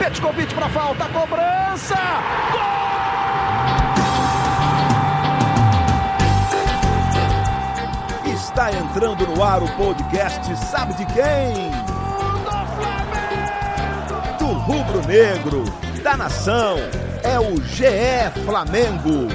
Petkovic para falta, cobrança! Gol! Está entrando no ar o podcast Sabe de quem? Do rubro-negro, da nação, é o GE Flamengo.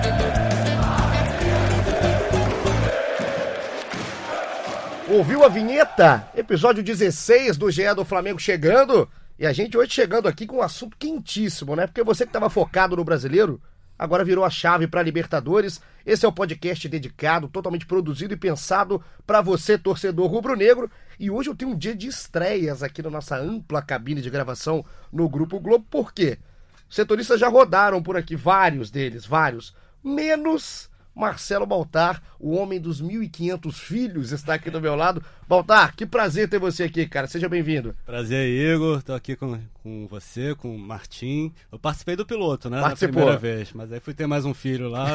Ouviu a vinheta? Episódio 16 do GE do Flamengo chegando. E a gente hoje chegando aqui com um assunto quentíssimo, né? Porque você que estava focado no Brasileiro, agora virou a chave para Libertadores. Esse é o podcast dedicado, totalmente produzido e pensado para você, torcedor rubro-negro. E hoje eu tenho um dia de estreias aqui na nossa ampla cabine de gravação no Grupo Globo. Por quê? Os setoristas já rodaram por aqui, vários deles, menos Marcelo Baltar, o homem dos 1.500 filhos, está aqui do meu lado. Baltar, que prazer ter você aqui, cara. Seja bem-vindo. Prazer, Igor. Estou aqui com você, com o Martim. Eu participei do piloto, né? Participou. Na primeira vez, mas aí fui ter mais um filho lá,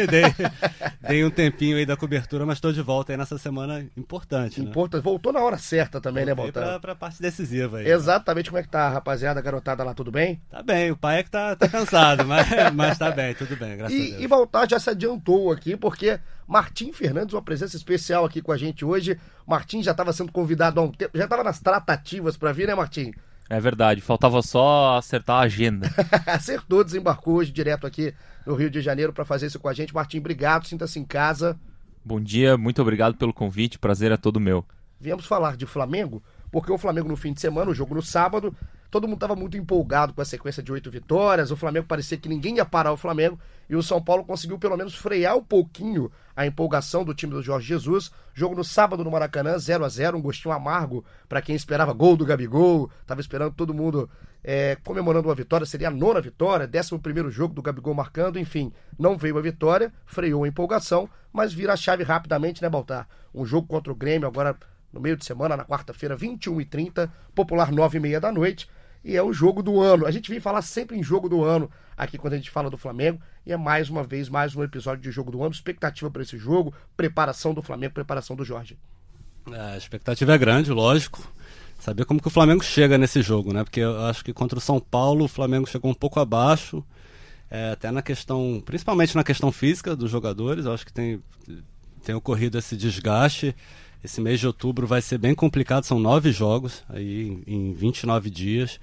dei um tempinho aí da cobertura, mas estou de volta aí nessa semana importante, né? Voltou na hora certa também, né, Baltar? Pra parte decisiva aí. Exatamente. Como é que tá, rapaziada, a garotada lá, tudo bem? Tá bem, o pai é que tá cansado, mas tá bem, tudo bem, graças a Deus. E Baltar já se adiantou aqui, porque Martim Fernandes, uma presença especial aqui com a gente hoje. Martim já estava sendo convidado há um tempo, já estava nas tratativas para vir, né, Martim? É verdade, faltava só acertar a agenda. Acertou, desembarcou hoje direto aqui no Rio de Janeiro para fazer isso com a gente. Martim, obrigado, sinta-se em casa. Bom dia, muito obrigado pelo convite, prazer é todo meu. Viemos falar de Flamengo, porque o Flamengo no fim de semana, o jogo no sábado, todo mundo estava muito empolgado com a sequência de 8 vitórias, o Flamengo parecia que ninguém ia parar o Flamengo, e o São Paulo conseguiu pelo menos frear um pouquinho a empolgação do time do Jorge Jesus. Jogo no sábado no Maracanã, 0-0, um gostinho amargo para quem esperava gol do Gabigol, estava esperando todo mundo comemorando uma vitória, seria a 9ª vitória, 11º jogo do Gabigol marcando, enfim, não veio a vitória, freou a empolgação, mas vira a chave rapidamente, né, Baltar? Um jogo contra o Grêmio agora no meio de semana, na quarta-feira, 21h30, popular 9h30 da noite, e é o jogo do ano. A gente vem falar sempre em jogo do ano aqui quando a gente fala do Flamengo, e é mais uma vez, mais um episódio de jogo do ano, expectativa para esse jogo, preparação do Flamengo, preparação do Jorge. A expectativa é grande, lógico. Saber como que o Flamengo chega nesse jogo, né? Porque eu acho que contra o São Paulo o Flamengo chegou um pouco abaixo, até na questão, principalmente na questão física dos jogadores. Eu acho que tem ocorrido esse desgaste. Esse mês de outubro vai ser bem complicado, são 9 jogos aí em 29 dias.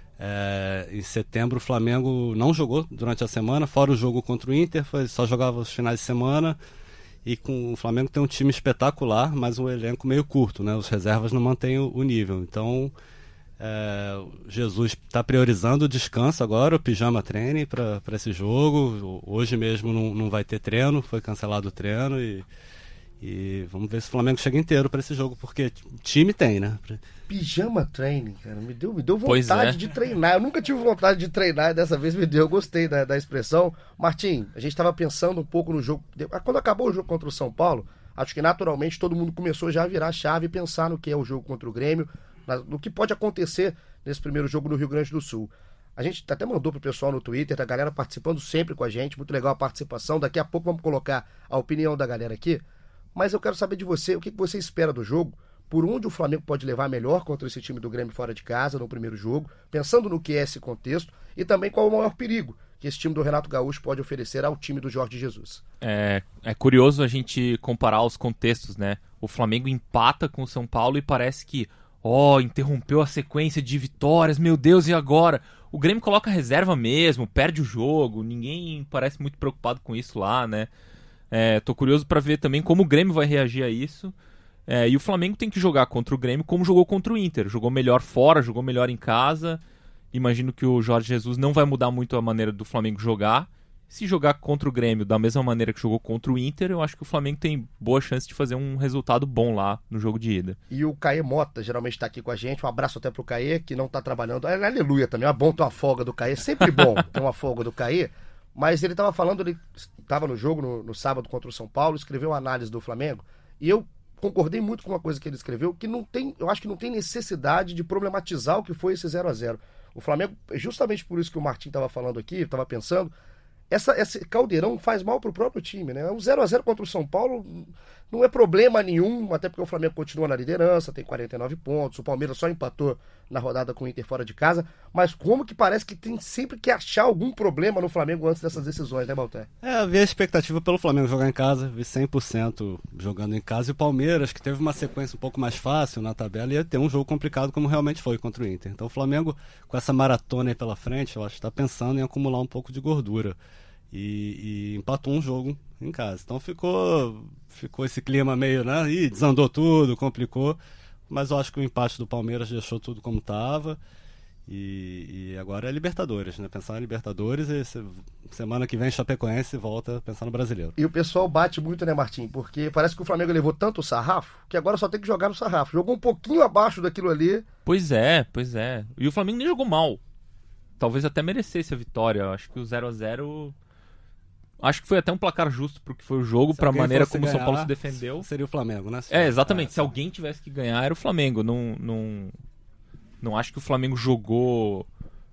Em setembro o Flamengo não jogou durante a semana, fora o jogo contra o Inter, só jogava os finais de semana. E o Flamengo tem um time espetacular, mas um elenco meio curto, né? Os reservas não mantêm o nível. Então, Jesus está priorizando o descanso agora, o pijama treine para esse jogo. Hoje mesmo não vai ter treino, foi cancelado o treino e vamos ver se o Flamengo chega inteiro para esse jogo, porque time tem, né? Pijama training, cara, me deu vontade de treinar. Eu nunca tive vontade de treinar, dessa vez me deu. Eu gostei da expressão. Martim, a gente estava pensando um pouco no jogo. Quando acabou o jogo contra o São Paulo, acho que naturalmente todo mundo começou já a virar a chave e pensar no que é o jogo contra o Grêmio, no que pode acontecer nesse primeiro jogo no Rio Grande do Sul. A gente até mandou pro pessoal no Twitter, a galera participando sempre com a gente, muito legal a participação. Daqui a pouco vamos colocar a opinião da galera aqui. Mas eu quero saber de você, o que você espera do jogo, por onde o Flamengo pode levar melhor contra esse time do Grêmio fora de casa no primeiro jogo, pensando no que é esse contexto, e também qual é o maior perigo que esse time do Renato Gaúcho pode oferecer ao time do Jorge Jesus. É curioso a gente comparar os contextos, né? O Flamengo empata com o São Paulo e parece que, interrompeu a sequência de vitórias, meu Deus, e agora? O Grêmio coloca reserva mesmo, perde o jogo, ninguém parece muito preocupado com isso lá, né? Tô curioso para ver também como o Grêmio vai reagir a isso. E o Flamengo tem que jogar contra o Grêmio como jogou contra o Inter. Jogou melhor fora, jogou melhor em casa. Imagino que o Jorge Jesus não vai mudar muito a maneira do Flamengo jogar. Se jogar contra o Grêmio da mesma maneira que jogou contra o Inter, eu acho que o Flamengo tem boa chance de fazer um resultado bom lá no jogo de ida. E o Caê Mota geralmente está aqui com a gente. Um abraço até pro Caê, que não está trabalhando. Aleluia também. É bom ter uma folga do Caê. Sempre bom ter uma folga do Caê. Mas ele estava falando, ele estava no jogo no sábado contra o São Paulo, escreveu uma análise do Flamengo, e eu concordei muito com uma coisa que ele escreveu, que eu acho que não tem necessidade de problematizar o que foi esse 0-0. O Flamengo, justamente por isso que o Martim estava falando aqui, estava pensando, esse caldeirão faz mal pro próprio time, né? Um 0-0 contra o São Paulo Não é problema nenhum, até porque o Flamengo continua na liderança, tem 49 pontos, o Palmeiras só empatou na rodada com o Inter fora de casa, mas como que parece que tem sempre que achar algum problema no Flamengo antes dessas decisões, né, Baltar? Havia expectativa pelo Flamengo jogar em casa, vi 100% jogando em casa, e o Palmeiras, que teve uma sequência um pouco mais fácil na tabela, ia ter um jogo complicado como realmente foi contra o Inter. Então o Flamengo, com essa maratona aí pela frente, eu acho que está pensando em acumular um pouco de gordura. E empatou um jogo em casa. Então ficou esse clima meio, né? Ih, desandou tudo, complicou. Mas eu acho que o empate do Palmeiras deixou tudo como estava. E agora é Libertadores, né? Pensar em Libertadores e semana que vem Chapecoense volta a pensar no Brasileiro. E o pessoal bate muito, né, Martim? Porque parece que o Flamengo levou tanto o sarrafo que agora só tem que jogar no sarrafo. Jogou um pouquinho abaixo daquilo ali. Pois é. E o Flamengo nem jogou mal. Talvez até merecesse a vitória. Eu acho que o 0-0... Acho que foi até um placar justo pro que foi o jogo, pra maneira como o São Paulo se defendeu. Seria o Flamengo, né? Exatamente. Se alguém tivesse que ganhar, era o Flamengo. Não acho que o Flamengo jogou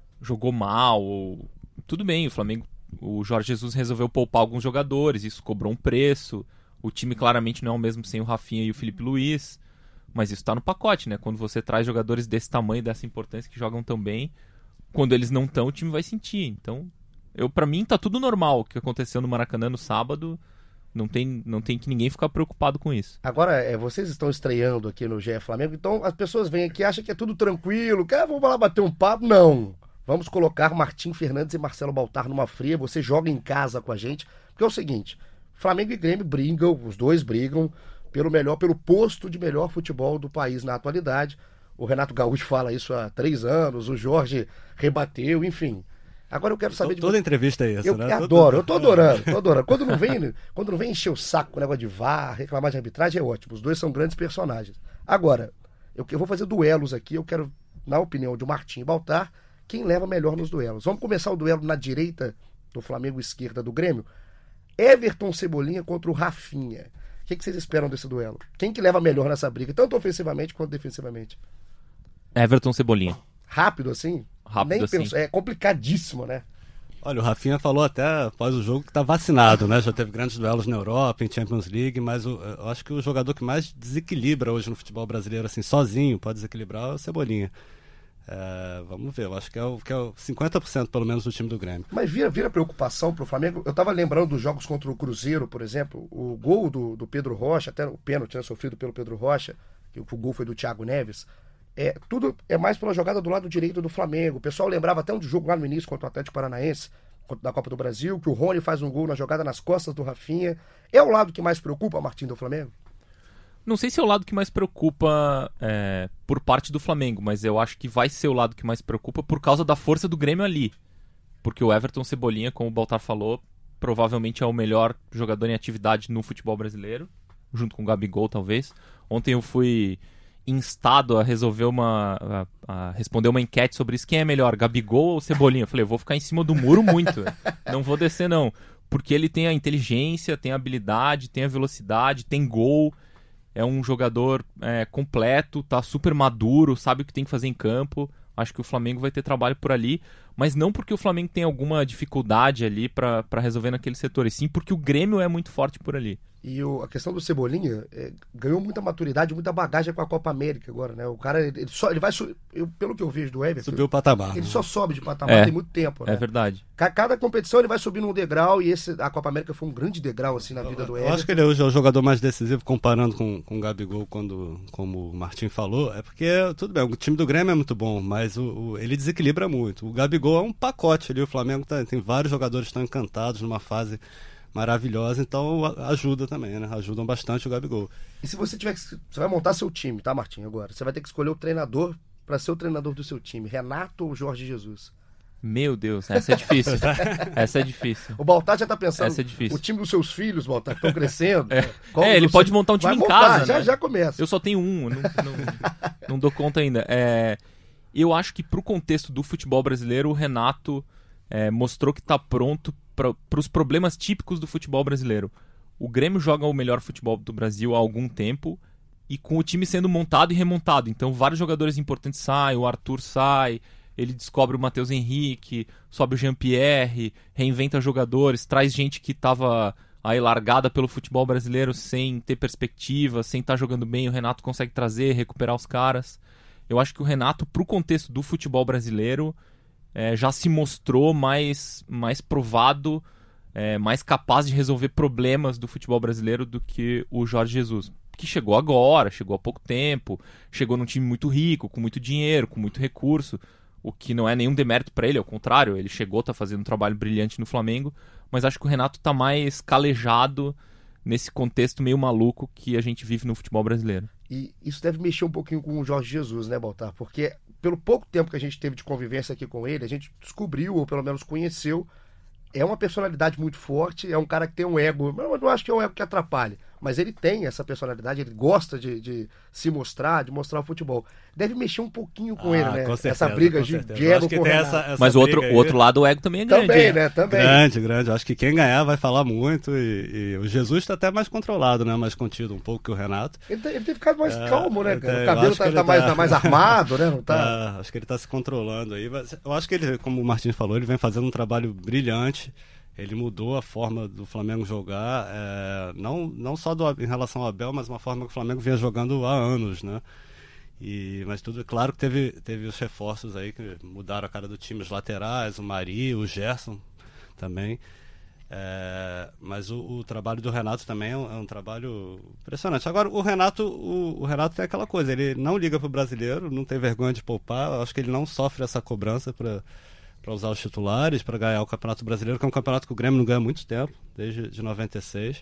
mal. Tudo bem, o Jorge Jesus resolveu poupar alguns jogadores, isso cobrou um preço. O time claramente não é o mesmo sem o Rafinha e o Felipe Luiz. Mas isso tá no pacote, né? Quando você traz jogadores desse tamanho, dessa importância, que jogam tão bem, quando eles não estão, o time vai sentir. Então... Pra mim tá tudo normal o que aconteceu no Maracanã no sábado. Não tem que ninguém ficar preocupado com isso. Agora, vocês estão estreando aqui no GE Flamengo, então as pessoas vêm aqui e acham que é tudo tranquilo, que vamos lá bater um papo. Não. Vamos colocar Martim Fernandes e Marcelo Baltar numa fria. Você joga em casa com a gente. Porque é o seguinte, Flamengo e Grêmio brigam, os dois brigam pelo posto de melhor futebol do país na atualidade. O Renato Gaúcho fala isso há 3 anos, o Jorge rebateu, enfim... Agora eu quero saber de toda entrevista é isso, né? Eu tô adorando. Quando não vem encher o saco com o negócio de VAR, reclamar de arbitragem, é ótimo. Os dois são grandes personagens. Agora, eu vou fazer duelos aqui, eu quero, na opinião de Martim e Baltar, quem leva melhor nos duelos. Vamos começar o duelo na direita do Flamengo, esquerda do Grêmio. Everton Cebolinha contra o Rafinha. O que vocês esperam desse duelo? Quem que leva melhor nessa briga, tanto ofensivamente quanto defensivamente? Everton Cebolinha. Rápido assim? Rápido assim. É complicadíssimo, né? Olha, o Rafinha falou até após o jogo que está vacinado, né? Já teve grandes duelos na Europa, em Champions League, mas eu acho que o jogador que mais desequilibra hoje no futebol brasileiro, assim, sozinho, pode desequilibrar, é o Cebolinha. Vamos ver, eu acho que é o 50% pelo menos do time do Grêmio. Mas vira preocupação pro Flamengo. Eu tava lembrando dos jogos contra o Cruzeiro, por exemplo, o gol do Pedro Rocha, até o pênalti, né, sofrido pelo Pedro Rocha, que o gol foi do Thiago Neves. Tudo é mais pela jogada do lado direito do Flamengo. O pessoal lembrava até um jogo lá no início contra o Atlético Paranaense, da Copa do Brasil, que o Rony faz um gol na jogada nas costas do Rafinha. É o lado que mais preocupa, Martim, do Flamengo? Não sei se é o lado que mais preocupa por parte do Flamengo, mas eu acho que vai ser o lado que mais preocupa por causa da força do Grêmio ali. Porque o Everton Cebolinha, como o Baltar falou, provavelmente é o melhor jogador em atividade no futebol brasileiro, junto com o Gabigol, talvez. Ontem eu fui instado a resolver a responder uma enquete sobre isso. Quem é melhor, Gabigol ou Cebolinha? Eu falei, eu vou ficar em cima do muro muito. Não vou descer, não. Porque ele tem a inteligência, tem a habilidade, tem a velocidade, tem gol. É um jogador completo, tá super maduro, sabe o que tem que fazer em campo. Acho que o Flamengo vai ter trabalho por ali, mas não porque o Flamengo tem alguma dificuldade ali pra resolver naquele setor, e sim porque o Grêmio é muito forte por ali. E a questão do Cebolinha ganhou muita maturidade, muita bagagem com a Copa América agora, né? O cara, ele vai pelo que eu vejo do Everton, subiu o patamar. Ele só sobe de patamar tem muito tempo, né? É verdade. Cada competição ele vai subindo um degrau, e a Copa América foi um grande degrau assim na vida do Everton. Eu acho que ele é o jogador mais decisivo, comparando com o Gabigol, como o Martim falou, porque, tudo bem, o time do Grêmio é muito bom, mas ele desequilibra muito. O Gabigol é um pacote ali, o Flamengo tem vários jogadores que estão encantados numa fase maravilhosa, então ajuda também, né? Ajudam bastante o Gabigol. E se você vai montar seu time, tá, Martim, agora? Você vai ter que escolher o treinador para ser o treinador do seu time, Renato ou Jorge Jesus? Meu Deus, essa é difícil. Essa é difícil. O Baltar já tá pensando, essa é difícil. O time dos seus filhos, Baltar, que estão crescendo. Ele pode montar um time em casa, né? Já começa. Eu só tenho um, não dou conta ainda. Eu acho que pro contexto do futebol brasileiro, o Renato mostrou que tá pronto para os problemas típicos do futebol brasileiro. O Grêmio joga o melhor futebol do Brasil há algum tempo, e com o time sendo montado e remontado. Então vários jogadores importantes saem, o Arthur sai, ele descobre o Matheus Henrique, sobe o Jean-Pierre, reinventa jogadores, traz gente que estava aí largada pelo futebol brasileiro sem ter perspectiva, sem estar jogando bem, o Renato consegue trazer, recuperar os caras. Eu acho que o Renato, pro contexto do futebol brasileiro, já se mostrou mais provado, mais capaz de resolver problemas do futebol brasileiro do que o Jorge Jesus, que chegou agora, chegou há pouco tempo, chegou num time muito rico, com muito dinheiro, com muito recurso, o que não é nenhum demérito para ele, ao contrário, ele chegou, tá fazendo um trabalho brilhante no Flamengo, mas acho que o Renato tá mais calejado nesse contexto meio maluco que a gente vive no futebol brasileiro. E isso deve mexer um pouquinho com o Jorge Jesus, né, Baltar? Porque pelo pouco tempo que a gente teve de convivência aqui com ele, a gente descobriu, ou pelo menos conheceu, é uma personalidade muito forte, é um cara que tem um ego, eu não acho que é um ego que atrapalhe, mas ele tem essa personalidade, ele gosta de se mostrar, de mostrar o futebol. Deve mexer um pouquinho com ele, né? Com certeza, essa briga de ego com o Renato. essa mas o outro lado, o ego também é grande. Também, né? Também. Grande. Eu acho que quem ganhar vai falar muito e o Jesus está até mais controlado, né? Mais contido um pouco que o Renato. Ele tem ficado mais calmo, né, cara? O cabelo tá mais armado, né? Não tá... Acho que ele tá se controlando aí. Mas eu acho que ele, como o Martins falou, ele vem fazendo um trabalho brilhante. Ele mudou a forma do Flamengo jogar, não só em relação ao Abel, mas uma forma que o Flamengo vinha jogando há anos, né? Mas tudo, claro que teve os reforços aí que mudaram a cara do time, os laterais, o Mari, o Gerson também. Mas o trabalho do Renato também é um trabalho impressionante. Agora, o Renato tem aquela coisa, ele não liga pro brasileiro, não tem vergonha de poupar, eu acho que ele não sofre essa cobrança para usar os titulares, para ganhar o Campeonato Brasileiro, que é um campeonato que o Grêmio não ganha há muito tempo, desde de 96.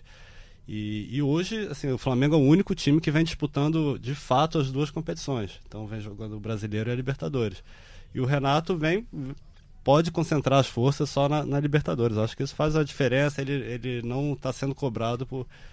E hoje, assim, o Flamengo é o único time que vem disputando, de fato, as duas competições. Então vem jogando o Brasileiro e a Libertadores. E o Renato pode concentrar as forças só na Libertadores. Eu acho que isso faz a diferença, ele não está sendo cobrado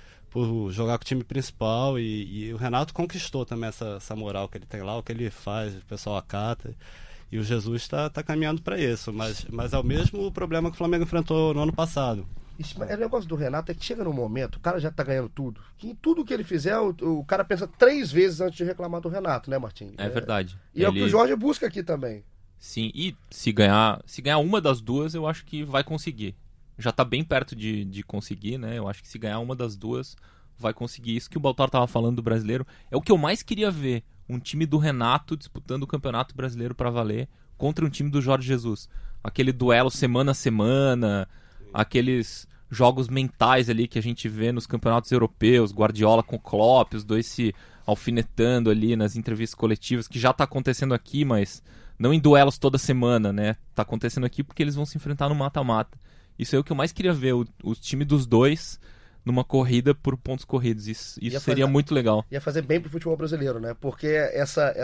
por jogar com o time principal e o Renato conquistou também essa moral que ele tem lá, o que ele faz, o pessoal acata. E o Jesus está caminhando para isso, mas é o mesmo problema que o Flamengo enfrentou no ano passado. O negócio do Renato é que chega num momento, o cara já tá ganhando tudo. Que em tudo que ele fizer, o cara pensa 3 vezes antes de reclamar do Renato, né, Martim? É verdade. E é o que o Jorge busca aqui também. Sim, e se ganhar uma das duas, eu acho que vai conseguir. Já tá bem perto de conseguir, né? Eu acho que se ganhar uma das duas, vai conseguir. Isso que o Baltar tava falando do brasileiro é o que eu mais queria ver. Um time do Renato disputando o Campeonato Brasileiro para valer contra um time do Jorge Jesus. Aquele duelo semana a semana, aqueles jogos mentais ali que a gente vê nos campeonatos europeus, Guardiola com Klopp, os dois se alfinetando ali nas entrevistas coletivas, que já tá acontecendo aqui, mas não em duelos toda semana, né? Tá acontecendo aqui porque eles vão se enfrentar no mata-mata. Isso é o que eu mais queria ver, o time dos dois numa corrida por pontos corridos. Isso seria muito legal. Ia fazer bem pro futebol brasileiro, né? Porque essa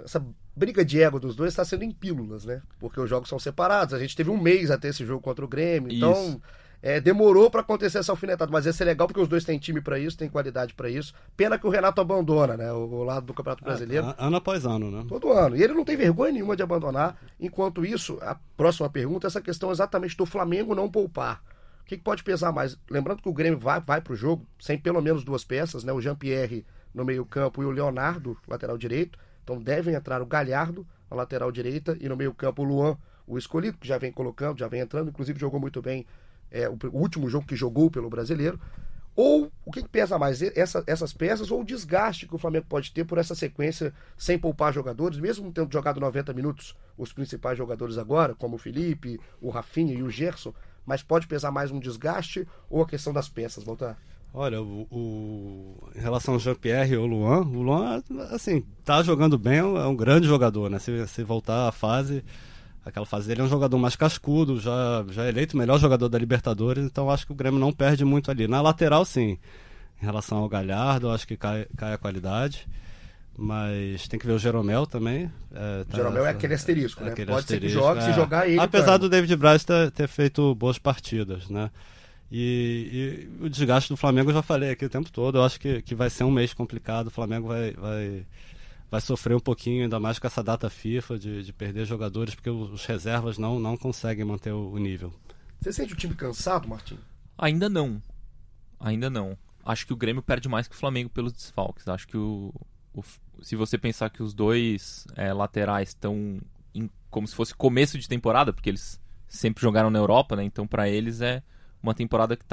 briga de ego dos dois está sendo em pílulas, né? Porque os jogos são separados. A gente teve um mês até esse jogo contra o Grêmio. Então, demorou para acontecer essa alfinetada. Mas ia ser legal porque os dois têm time para isso, têm qualidade para isso. Pena que o Renato abandona, né? O lado do Campeonato Brasileiro. Ano após ano, né? Todo ano. E ele não tem vergonha nenhuma de abandonar. Enquanto isso, a próxima pergunta é essa questão exatamente do Flamengo não poupar. O que pode pesar mais? Lembrando que o Grêmio vai pro jogo sem pelo menos 2 peças, né? O Jean-Pierre no meio-campo e o Leonardo, lateral direito. Então devem entrar o Galhardo na lateral direita e no meio-campo o Luan, o escolhido, que já vem colocando, já vem entrando, inclusive jogou muito bem o último jogo que jogou pelo Brasileiro. Ou o que pesa mais? Essas peças ou o desgaste que o Flamengo pode ter por essa sequência sem poupar jogadores, mesmo tendo jogado 90 minutos os principais jogadores agora, como o Felipe, o Rafinha e o Gerson. Mas pode pesar mais um desgaste ou a questão das peças, Baltar? Olha, em relação ao Jean-Pierre ou o Luan, assim, tá jogando bem, é um grande jogador, né? Se voltar à aquela fase dele, é um jogador mais cascudo, já é eleito o melhor jogador da Libertadores, então acho que o Grêmio não perde muito ali. Na lateral, sim. Em relação ao Galhardo, acho que cai a qualidade. Mas tem que ver o Jeromel também. Jeromel é aquele asterisco, né? Aquele pode asterisco, ser que jogue, se jogar ele... Apesar do David Braz ter feito boas partidas, né? E o desgaste do Flamengo eu já falei aqui o tempo todo. Eu acho que vai ser um mês complicado. O Flamengo vai sofrer um pouquinho, ainda mais com essa data FIFA de perder jogadores, porque os reservas não conseguem manter o nível. Você sente o time cansado, Martim? Ainda não. Acho que o Grêmio perde mais que o Flamengo pelos desfalques. Acho que se você pensar que os dois laterais estão como se fosse começo de temporada, porque eles sempre jogaram na Europa, né? Então para eles é uma temporada que está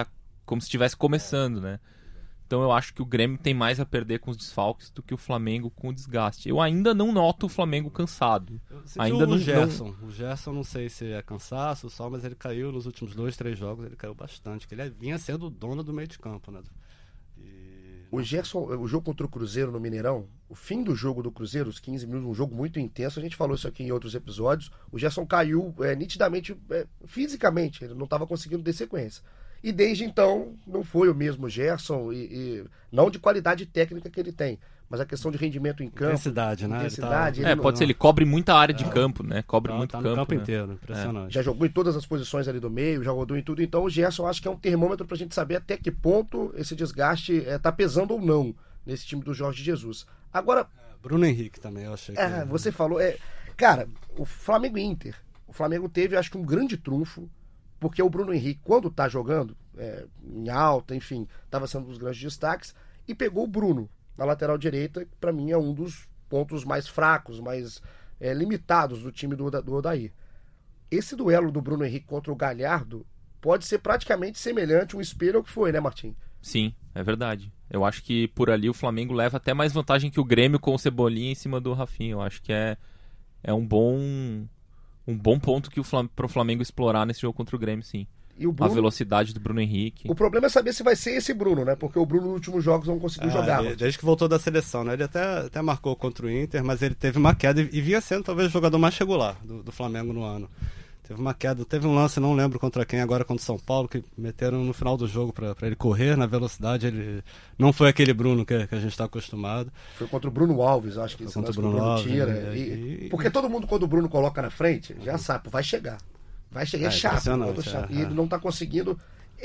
como se estivesse começando, né? Então eu acho que o Grêmio tem mais a perder com os desfalques do que o Flamengo com o desgaste. Eu ainda não noto o Flamengo cansado. Ainda o Gerson. O Gerson, não sei se é cansaço só, mas ele caiu nos últimos 2-3 jogos, ele caiu bastante. Ele vinha sendo o dono do meio de campo, né? O Gerson, o jogo contra o Cruzeiro no Mineirão, o fim do jogo do Cruzeiro, os 15 minutos, um jogo muito intenso, a gente falou isso aqui em outros episódios, o Gerson caiu nitidamente, fisicamente, ele não estava conseguindo ter sequência. E desde então, não foi o mesmo Gerson, e não de qualidade técnica que ele tem, mas a questão de rendimento em campo. Intensidade, né? Pode ser, ele cobre muita área de campo, né? Cobre muito tá campo. No campo né? inteiro, impressionante. Já jogou em todas as posições ali do meio, já rodou em tudo, então o Gerson acho que é um termômetro pra gente saber até que ponto esse desgaste tá pesando ou não nesse time do Jorge Jesus. Agora... Bruno Henrique também, eu achei que... Você falou... Cara, o Flamengo e Inter, o Flamengo teve, acho que um grande trunfo, porque o Bruno Henrique, quando tá jogando, em alta, enfim, tava sendo um dos grandes destaques, e pegou o Bruno na lateral direita, que pra mim é um dos pontos mais fracos, mais limitados do time do Odair. Esse duelo do Bruno Henrique contra o Galhardo pode ser praticamente semelhante, um espelho ao que foi, né, Martim? Sim, é verdade. Eu acho que por ali o Flamengo leva até mais vantagem que o Grêmio com o Cebolinha em cima do Rafinha. Eu acho que é um bom ponto que pro Flamengo explorar nesse jogo contra o Grêmio, sim. E o Bruno, a velocidade do Bruno Henrique. O problema é saber se vai ser esse Bruno, né? Porque o Bruno nos últimos jogos não conseguiu jogar. Desde que voltou da seleção, né? Ele até marcou contra o Inter, mas ele teve uma queda e vinha sendo talvez o jogador mais regular do Flamengo no ano. Teve uma queda, teve um lance, não lembro contra quem, agora contra o São Paulo, que meteram no final do jogo pra ele correr na velocidade. Ele não foi aquele Bruno que a gente está acostumado. Foi contra o Bruno Alves, acho que esse contra lance o Bruno Alves, tira. Porque todo mundo, quando o Bruno coloca na frente, já sabe, vai chegar. Vai chegar, é chato. E ele não está conseguindo.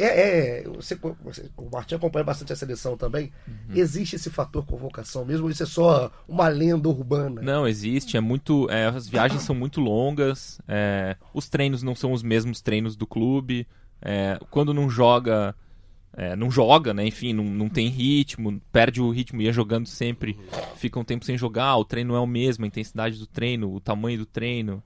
O Martim acompanha bastante a seleção também. Existe esse fator convocação, mesmo isso é só uma lenda urbana? Não, existe. As viagens são muito longas. Os treinos não são os mesmos treinos do clube. Quando não joga, né? Enfim, não tem ritmo, perde o ritmo, ia jogando sempre, fica um tempo sem jogar. O treino não é o mesmo, a intensidade do treino, o tamanho do treino.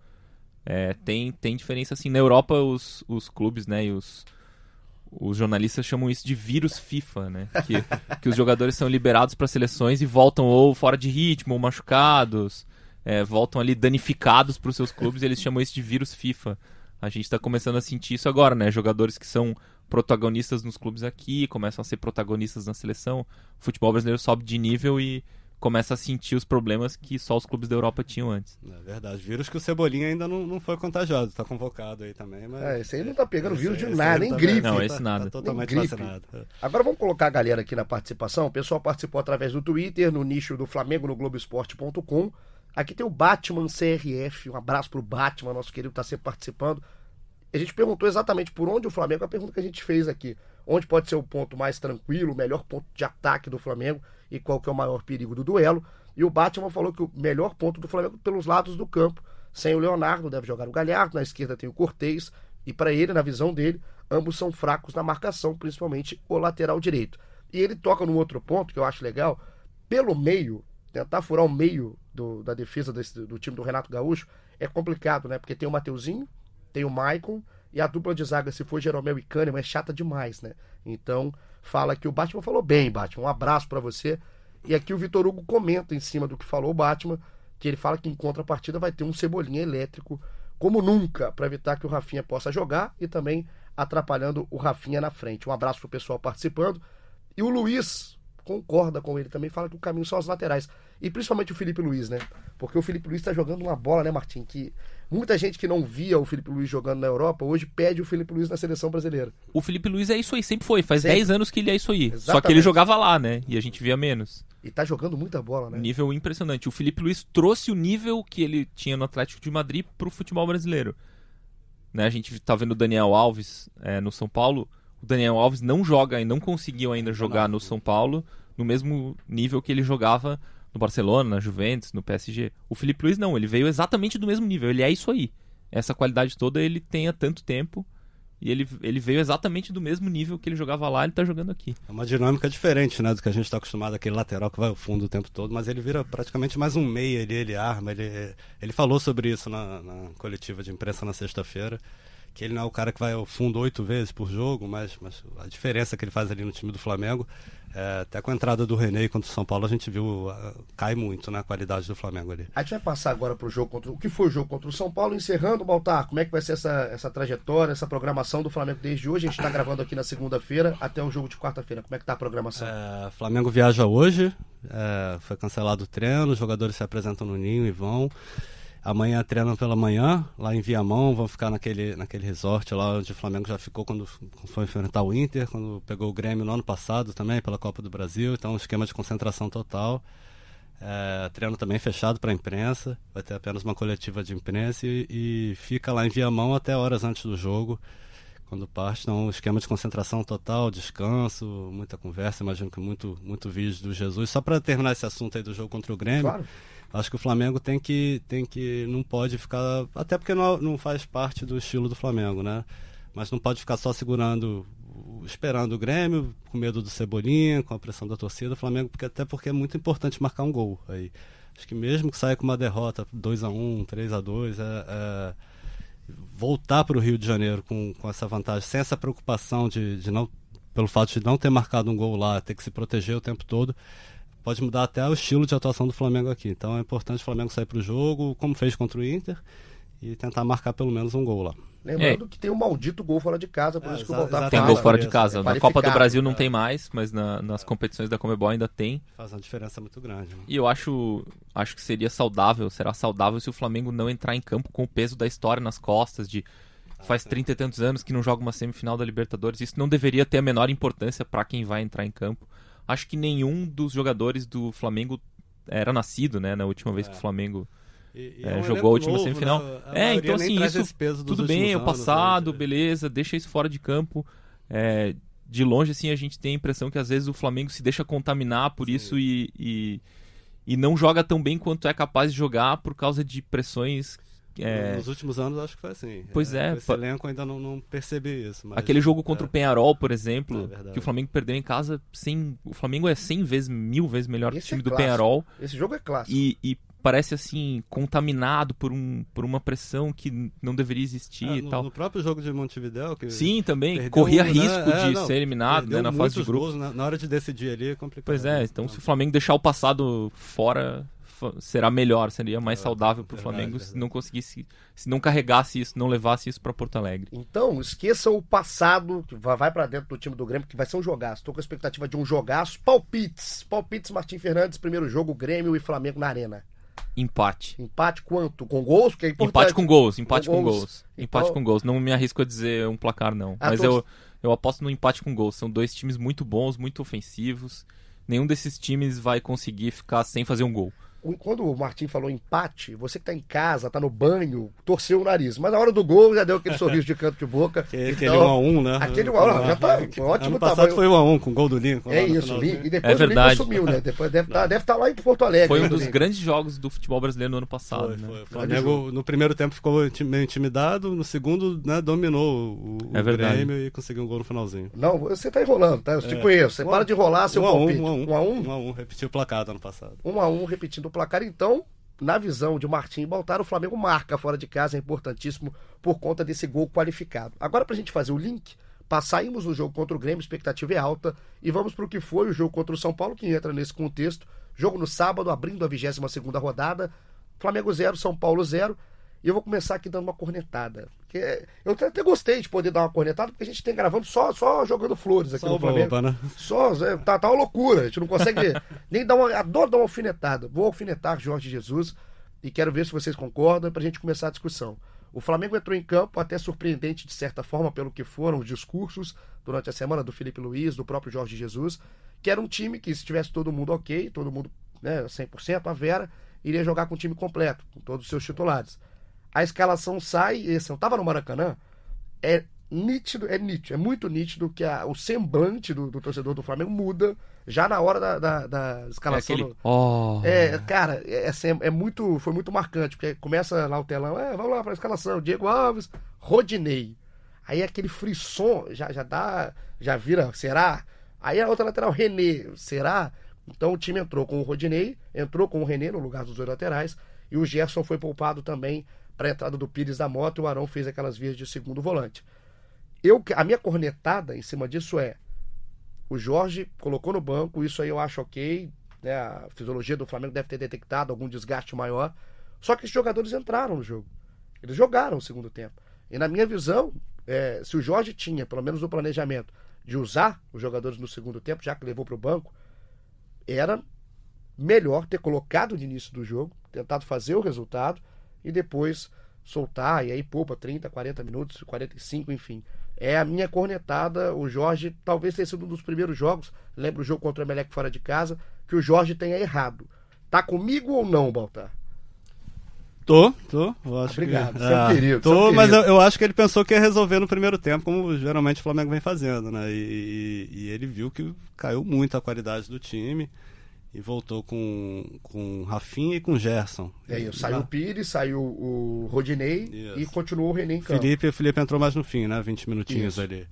Tem diferença assim. Na Europa, os clubes, né, e os jornalistas chamam isso de vírus FIFA, né? Que os jogadores são liberados para seleções e voltam ou fora de ritmo, ou machucados, voltam ali danificados para os seus clubes, e eles chamam isso de vírus FIFA. A gente está começando a sentir isso agora, né? Jogadores que são protagonistas nos clubes aqui, começam a ser protagonistas na seleção, o futebol brasileiro sobe de nível e começa a sentir os problemas que só os clubes da Europa tinham antes. É verdade. Vírus que o Cebolinha ainda não foi contagiado. Está convocado aí também. Mas... esse aí não tá pegando vírus de nada, nem gripe. Não, esse nada. Tá totalmente vacinado. Agora vamos colocar a galera aqui na participação. O pessoal participou através do Twitter, no nicho do Flamengo no Globoesporte.com. Aqui tem o Batman CRF. Um abraço pro Batman, nosso querido, tá sempre participando. A gente perguntou exatamente por onde o Flamengo, a pergunta que a gente fez aqui. Onde pode ser o ponto mais tranquilo, o melhor ponto de ataque do Flamengo e qual que é o maior perigo do duelo. E o Batman falou que o melhor ponto do Flamengo pelos lados do campo. Sem o Leonardo, deve jogar o Galhardo, na esquerda tem o Cortez. E para ele, na visão dele, ambos são fracos na marcação, principalmente o lateral direito. E ele toca num outro ponto que eu acho legal. Pelo meio, tentar furar o meio da defesa do time do Renato Gaúcho é complicado, né? Porque tem o Mateuzinho, tem o Maicon, e a dupla de zaga, se for Jeromel e Kahneman, é chata demais, né? Então, fala que o Batman falou bem, Batman. Um abraço pra você. E aqui o Vitor Hugo comenta em cima do que falou o Batman, que ele fala que em contrapartida vai ter um Cebolinha elétrico, como nunca, para evitar que o Rafinha possa jogar e também atrapalhando o Rafinha na frente. Um abraço pro pessoal participando. E o Luiz concorda com ele também, fala que o caminho são as laterais. E principalmente o Felipe Luiz, né? Porque o Felipe Luiz tá jogando uma bola, né, Martim? Que muita gente que não via o Felipe Luiz jogando na Europa, hoje pede o Felipe Luiz na seleção brasileira. O Felipe Luiz é isso aí, sempre foi. Faz 10 anos que ele é isso aí. Exatamente. Só que ele jogava lá, né? E a gente via menos. E tá jogando muita bola, né? Nível impressionante. O Felipe Luiz trouxe o nível que ele tinha no Atlético de Madrid pro futebol brasileiro. Né? A gente tá vendo o Daniel Alves no São Paulo. O Daniel Alves não joga e não conseguiu ainda jogar no São Paulo no mesmo nível que ele jogava no Barcelona, na Juventus, no PSG. O Felipe Luiz não, ele veio exatamente do mesmo nível. Ele é isso aí. Essa qualidade toda ele tem há tanto tempo. E ele veio exatamente do mesmo nível que ele jogava lá, ele tá jogando aqui. É uma dinâmica diferente, né, do que a gente está acostumado, aquele lateral que vai ao fundo o tempo todo, mas ele vira praticamente mais um meia, ele arma, ele falou sobre isso na coletiva de imprensa na sexta-feira, que ele não é o cara que vai ao fundo 8 vezes por jogo, mas a diferença que ele faz ali no time do Flamengo, até com a entrada do René contra o São Paulo, a gente viu, cai muito na qualidade do Flamengo ali. A gente vai passar agora para o jogo o que foi o jogo contra o São Paulo, encerrando, Baltar, como é que vai ser essa trajetória, essa programação do Flamengo desde hoje? A gente está gravando aqui na segunda-feira até o jogo de quarta-feira. Como é que tá a programação? Flamengo viaja hoje, foi cancelado o treino, os jogadores se apresentam no Ninho e vão. Amanhã treinam pela manhã, lá em Viamão, vão ficar naquele resort lá onde o Flamengo já ficou quando foi enfrentar o Inter, quando pegou o Grêmio no ano passado também, pela Copa do Brasil. Então, um esquema de concentração total. Treino também fechado para a imprensa, vai ter apenas uma coletiva de imprensa e fica lá em Viamão até horas antes do jogo, quando parte. Então, um esquema de concentração total, descanso, muita conversa, imagino que muito vídeo do Jesus. Só para terminar esse assunto aí do jogo contra o Grêmio, claro. Acho que o Flamengo tem que não pode ficar, até porque não faz parte do estilo do Flamengo, né? Mas não pode ficar só esperando o Grêmio, com medo do Cebolinha, com a pressão da torcida. O Flamengo, até porque é muito importante marcar um gol aí. Acho que mesmo que saia com uma derrota 2-1, 3-2, voltar para o Rio de Janeiro com essa vantagem, sem essa preocupação pelo fato de não ter marcado um gol lá, ter que se proteger o tempo todo, pode mudar até o estilo de atuação do Flamengo aqui. Então é importante o Flamengo sair para o jogo, como fez contra o Inter, e tentar marcar pelo menos um gol lá. Lembrando que tem um maldito gol fora de casa, por isso que o Baltar tem fala. Gol fora de casa. Na Copa do Brasil não tem mais, mas nas competições da Conmebol ainda tem. Faz uma diferença muito grande. Né? E eu acho que será saudável se o Flamengo não entrar em campo com o peso da história nas costas, faz 30 e tantos anos que não joga uma semifinal da Libertadores. Isso não deveria ter a menor importância para quem vai entrar em campo. Acho que nenhum dos jogadores do Flamengo era nascido, né, na última vez que o Flamengo jogou a última semifinal. Né? Então assim, isso tudo bem, é o passado, beleza, deixa isso fora de campo. De longe, assim, a gente tem a impressão que às vezes o Flamengo se deixa contaminar por isso e não joga tão bem quanto é capaz de jogar por causa de pressões. Nos últimos anos acho que foi assim. Pois esse elenco ainda não percebi isso. Mas, aquele jogo contra o Penharol, por exemplo, que o Flamengo perdeu em casa, o Flamengo é 1000 vezes melhor que o time do Penharol. Esse jogo é clássico. E parece assim, contaminado por uma pressão que não deveria existir e tal. No próprio jogo de Montevidéu... Sim, também. Corria risco de ser eliminado, né, na fase de grupos. Na hora de decidir ali é complicado. Pois então se o Flamengo deixar o passado fora, será melhor, seria mais saudável para o Flamengo se não conseguisse, se não carregasse isso, não levasse isso para Porto Alegre. Então, esqueçam o passado, que vai para dentro do time do Grêmio, que vai ser um jogaço. Estou com a expectativa de um jogaço. Palpites, Martim Fernandes, primeiro jogo, Grêmio e Flamengo na Arena. Empate. Empate quanto? Com gols? Porque é importante. Empate com gols. Empate com gols. Não me arrisco a dizer um placar, não. Mas eu aposto no empate com gols. São dois times muito bons, muito ofensivos. Nenhum desses times vai conseguir ficar sem fazer um gol. Quando o Martim falou empate, você que tá em casa, tá no banho, torceu o nariz. Mas na hora do gol já deu aquele sorriso de canto de boca. Aquele 1x1, né? Aquele 1x1, já tá ótimo. Ano passado foi 1x1 com o gol do Lincoln. Isso, e depois o Lincoln sumiu, né? Depois deve estar lá em Porto Alegre. Foi um dos grandes jogos do futebol brasileiro no ano passado. Foi. O Flamengo no primeiro tempo ficou meio intimidado, no segundo, né, dominou o Grêmio e conseguiu um gol no finalzinho. Não, você tá enrolando, tá? Eu te conheço. Você para de enrolar seu palpite. 1x1, repetiu o placar do ano passado. 1x1, repetindo o placar, então. Na visão de Martim e Baltar, o Flamengo marca fora de casa, é importantíssimo por conta desse gol qualificado. Agora, pra gente fazer o link, saímos do jogo contra o Grêmio, expectativa é alta, e vamos pro que foi o jogo contra o São Paulo, que entra nesse contexto. Jogo no sábado, abrindo a 22ª rodada, Flamengo 0, São Paulo 0. E eu vou começar aqui dando uma cornetada. Porque eu até gostei de poder dar uma cornetada, porque a gente tem gravando só jogando flores aqui no Flamengo. Né? Tá uma loucura, a gente não consegue nem dar adoro dar uma alfinetada. Vou alfinetar Jorge Jesus e quero ver se vocês concordam pra gente começar a discussão. O Flamengo entrou em campo, até surpreendente de certa forma, pelo que foram os discursos durante a semana do Felipe Luiz, do próprio Jorge Jesus, que era um time que, se tivesse todo mundo ok, todo mundo 100%, a Vera iria jogar com o time completo, com todos os seus titulares. A escalação sai, eu estava no Maracanã, é muito nítido que o semblante do torcedor do Flamengo muda já na hora da escalação. Foi muito marcante, porque começa lá o telão, vamos lá para a escalação, Diego Alves, Rodinei. Aí aquele frisson já vira, será? Aí a outra lateral, René, será? Então o time entrou com o Rodinei, entrou com o René no lugar dos dois laterais, e o Gerson foi poupado também para a entrada do Pires da Mota, e o Arão fez aquelas vias de segundo volante. A minha cornetada em cima disso o Jorge colocou no banco, isso aí eu acho ok, né? A fisiologia do Flamengo deve ter detectado algum desgaste maior, só que os jogadores entraram no jogo, eles jogaram o segundo tempo, e na minha visão, se o Jorge tinha, pelo menos no planejamento, de usar os jogadores no segundo tempo, já que levou para o banco, era melhor ter colocado no início do jogo, tentado fazer o resultado e depois soltar, e aí poupa 30, 40 minutos, 45, enfim. É a minha cornetada. O Jorge talvez tenha sido um dos primeiros jogos, lembro o jogo contra o Emelec fora de casa, que o Jorge tenha errado. Tá comigo ou não, Baltar? Tô. Eu acho Obrigado, que, seu querido. Tô, mas eu acho que ele pensou que ia resolver no primeiro tempo, como geralmente o Flamengo vem fazendo, né? E ele viu que caiu muito a qualidade do time e voltou com Rafinha e com Gerson. Saiu o Pires, saiu o Rodinei. Isso. E continuou o René em campo. O Felipe entrou mais no fim, né? 20 minutinhos. Isso. Ali.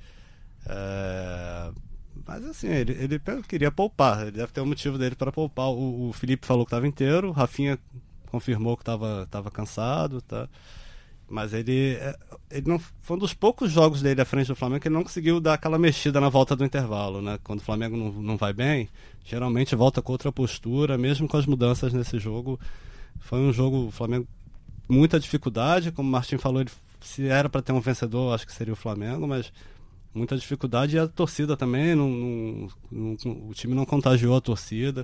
Mas assim, ele queria poupar, ele deve ter um motivo dele para poupar. O Felipe falou que estava inteiro, o Rafinha confirmou que estava cansado, tá? Mas ele não foi um dos poucos jogos dele à frente do Flamengo que ele não conseguiu dar aquela mexida na volta do intervalo, né? Quando o Flamengo não vai bem, geralmente volta com outra postura, mesmo com as mudanças nesse jogo. Foi um jogo, o Flamengo, muita dificuldade, como o Martim falou, se era para ter um vencedor, acho que seria o Flamengo, mas muita dificuldade, e a torcida também, o time não contagiou a torcida.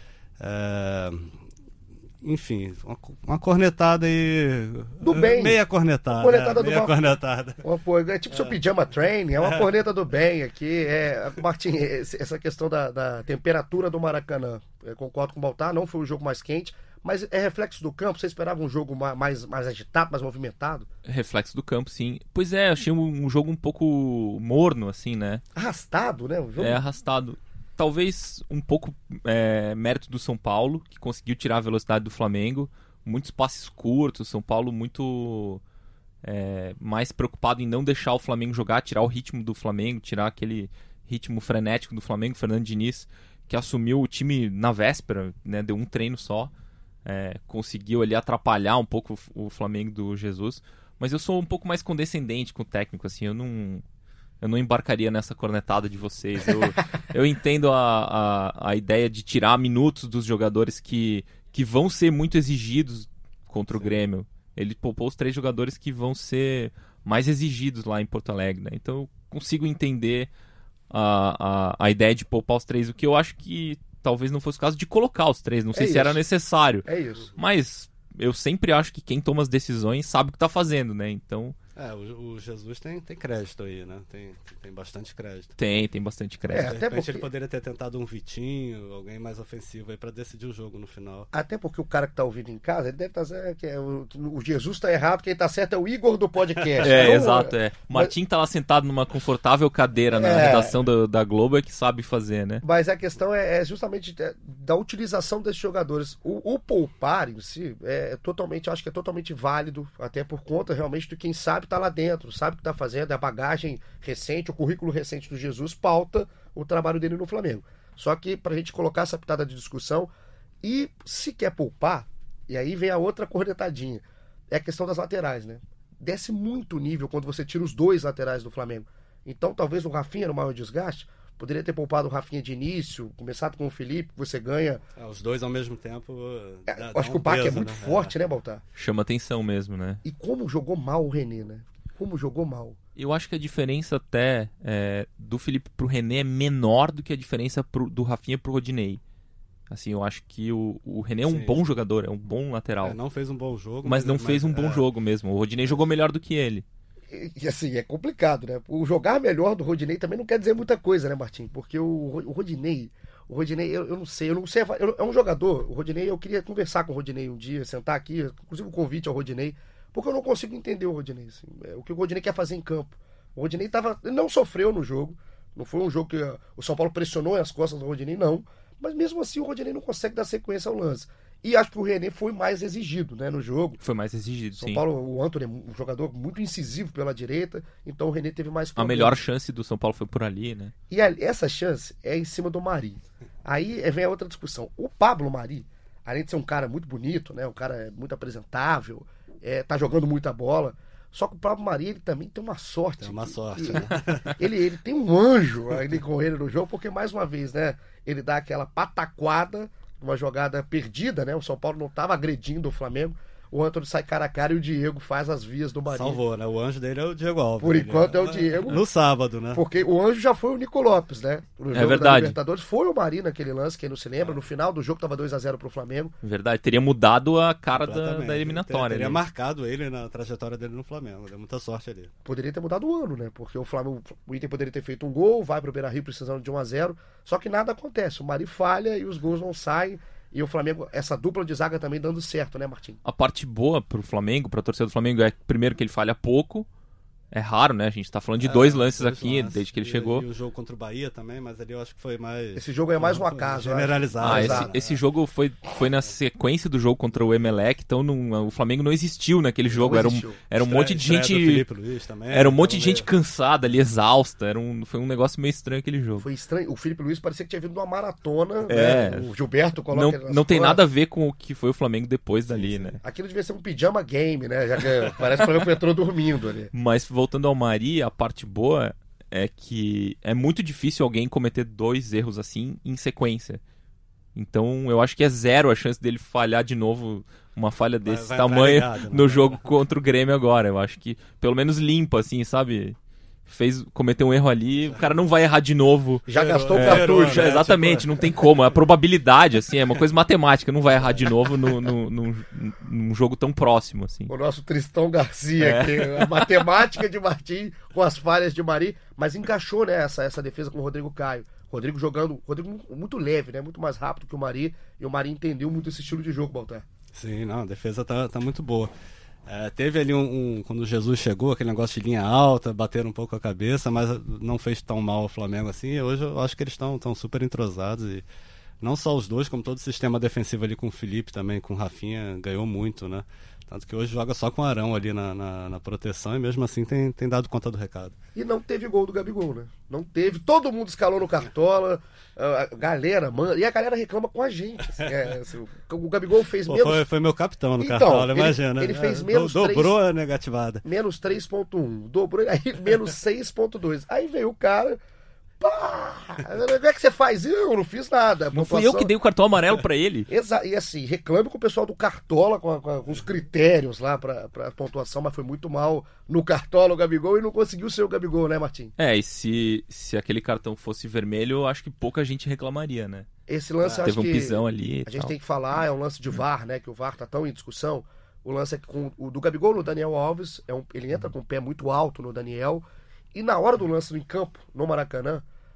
Enfim, uma cornetada aí. Do bem. Meia cornetada. Cornetada. É tipo seu pijama training, é uma corneta do bem aqui. Martim, essa questão da temperatura do Maracanã. Eu concordo com o Baltar, não foi o jogo mais quente, mas é reflexo do campo. Você esperava um jogo mais agitado, mais movimentado? Reflexo do campo, sim. Pois achei um jogo um pouco morno, assim, né? Arrastado, né? O jogo... Arrastado. Talvez um pouco mérito do São Paulo, que conseguiu tirar a velocidade do Flamengo. Muitos passes curtos, São Paulo muito mais preocupado em não deixar o Flamengo jogar, tirar o ritmo do Flamengo, tirar aquele ritmo frenético do Flamengo. Fernando Diniz, que assumiu o time na véspera, né, deu um treino só, conseguiu ali atrapalhar um pouco o Flamengo do Jesus. Mas eu sou um pouco mais condescendente com o técnico, assim, eu não embarcaria nessa cornetada de vocês. Eu entendo a ideia de tirar minutos dos jogadores que vão ser muito exigidos contra o Grêmio. Ele poupou os 3 jogadores que vão ser mais exigidos lá em Porto Alegre, né? Então eu consigo entender a ideia de poupar os 3. O que eu acho que talvez não fosse o caso de colocar os 3. Não sei se era necessário. É isso. Mas eu sempre acho que quem toma as decisões sabe o que está fazendo, né? Então... o Jesus tem crédito aí, né? Tem bastante crédito. Tem bastante crédito. De repente ele poderia ter tentado um Vitinho, alguém mais ofensivo aí pra decidir o jogo no final. Até porque o cara que tá ouvindo em casa, ele deve estar dizendo que o Jesus tá errado, quem tá certo é o Igor do podcast. Exato. O Martim tá lá sentado numa confortável cadeira na redação da Globo, que sabe fazer, né? Mas a questão é justamente da utilização desses jogadores. O poupar em si acho que é totalmente válido, até por conta realmente de quem sabe tá lá dentro, sabe o que tá fazendo, a bagagem recente, o currículo recente do Jesus pauta o trabalho dele no Flamengo. Só que pra gente colocar essa pitada de discussão, e se quer poupar, e aí vem a outra cornetadinha, é a questão das laterais, né? Desce muito o nível quando você tira os 2 laterais do Flamengo. Então talvez o Rafinha no maior desgaste, poderia ter poupado o Rafinha de início, começado com o Felipe, você ganha... os 2 ao mesmo tempo... acho que o baque é muito forte, né, Baltar? Chama atenção mesmo, né? E como jogou mal o René, né? Como jogou mal. Eu acho que a diferença até do Felipe pro René é menor do que a diferença do Rafinha pro Rodinei. Assim, eu acho que o René é um bom jogador, é um bom lateral. Não fez um bom jogo. Mas não fez um bom jogo mesmo. O Rodinei jogou melhor do que ele. E assim, é complicado, né? O jogar melhor do Rodinei também não quer dizer muita coisa, né, Martim? Porque o Rodinei, eu não sei, é um jogador, o Rodinei, eu queria conversar com o Rodinei um dia, sentar aqui, inclusive um convite ao Rodinei, porque eu não consigo entender o Rodinei, assim, o que o Rodinei quer fazer em campo. O Rodinei não sofreu no jogo, não foi um jogo que o São Paulo pressionou as costas do Rodinei, não, mas mesmo assim o Rodinei não consegue dar sequência ao lance. E acho que o René foi mais exigido, né, no jogo. Foi mais exigido, São Paulo, o Antony é um jogador muito incisivo pela direita, então o René teve mais problemas. A melhor chance do São Paulo foi por ali, né? E essa chance é em cima do Mari. Aí vem a outra discussão. O Pablo Mari, além de ser um cara muito bonito, né, um cara muito apresentável, tá jogando muita bola. Só que o Pablo Mari, ele também tem uma sorte. Tem uma sorte, né? Ele tem um anjo ali com ele no jogo, porque mais uma vez, né? Ele dá aquela pataquada, uma jogada perdida, né? O São Paulo não estava agredindo o Flamengo. O Antony sai cara a cara e o Diego faz as vias do Marinho. Salvou, né? O anjo dele é o Diego Alves. Por enquanto é o Diego. No sábado, né? Porque o anjo já foi o Nico Lopes, né? No jogo verdade. da Libertadores foi o Marinho naquele lance, quem não se lembra. No final do jogo tava 2-0 pro Flamengo. Verdade, teria mudado a cara da eliminatória. Teria né? marcado ele na trajetória dele no Flamengo. Deu muita sorte ali. Poderia ter mudado o ano, né? Porque o Inter poderia ter feito um gol, vai pro Beira-Rio precisando de 1-0. Só que nada acontece. O Marinho falha e os gols não saem. E o Flamengo, essa dupla de zaga também dando certo, né, Martim? A parte boa pro Flamengo, pra torcida do Flamengo, é primeiro que ele falha pouco. É raro, né? A gente tá falando de dois lances aqui, desde que ele chegou. E o jogo contra o Bahia também, mas ali eu acho que foi mais... Esse jogo é mais um acaso. Generalizado. Esse jogo foi na sequência do jogo contra o Emelec, então o Flamengo não existiu naquele jogo. Era um monte de gente... Felipe Luiz também, era um monte de gente cansada ali, exausta. Foi um negócio meio estranho aquele jogo. Foi estranho. O Felipe Luiz parecia que tinha vindo uma maratona, né? O Gilberto coloca ele não tem nada a ver com o que foi o Flamengo depois dali, né? Aquilo devia ser um pijama game, né? Já que parece que o Flamengo entrou dormindo ali. Mas voltando ao Mari, a parte boa é que é muito difícil alguém cometer 2 erros assim em sequência. Então eu acho que é 0 a chance dele falhar de novo uma falha desse tamanho no jogo contra o Grêmio agora. Eu acho que pelo menos limpa, assim, sabe? Cometeu um erro ali, o cara não vai errar de novo. Já gastou o cartucho. Né? Exatamente, não tem como. É a probabilidade, assim, é uma coisa matemática. Não vai errar de novo num jogo tão próximo, assim. O nosso Tristão Garcia aqui, a matemática de Martim com as falhas de Mari, mas encaixou, né, essa defesa com o Rodrigo Caio. Rodrigo muito leve, né, muito mais rápido que o Mari, e o Mari entendeu muito esse estilo de jogo, Baltar. Sim, não, a defesa tá muito boa. Teve ali quando o Jesus chegou, aquele negócio de linha alta, bateram um pouco a cabeça, mas não fez tão mal ao Flamengo assim. E hoje eu acho que eles estão super entrosados. E não só os dois, como todo o sistema defensivo ali com o Felipe também, com o Rafinha, ganhou muito, né? Tanto que hoje joga só com o Arão ali na proteção e mesmo assim tem dado conta do recado. E não teve gol do Gabigol, né? Não teve. Todo mundo escalou no Cartola. A galera, mano. E a galera reclama com a gente. Assim, o Gabigol fez menos... Foi meu capitão no Cartola, imagina. Ele fez menos dobrou a negativada. Menos 3.1. Dobrou, aí menos 6.2. Aí veio o cara... Como é que você faz? Eu não fiz nada. Não fui eu que dei o cartão amarelo pra ele. E assim, reclame com o pessoal do Cartola, com os critérios lá pra pontuação, mas foi muito mal no Cartola o Gabigol e não conseguiu ser o Gabigol, né, Martim? E se aquele cartão fosse vermelho, eu acho que pouca gente reclamaria, né? Esse lance, eu acho teve que um pisão ali. A gente tem que falar, é um lance de VAR, né? Que o VAR tá tão em discussão. O lance é que com o do Gabigol no Daniel Alves, ele entra com o pé muito alto no Daniel, e na hora do lance em campo, no Maracanã,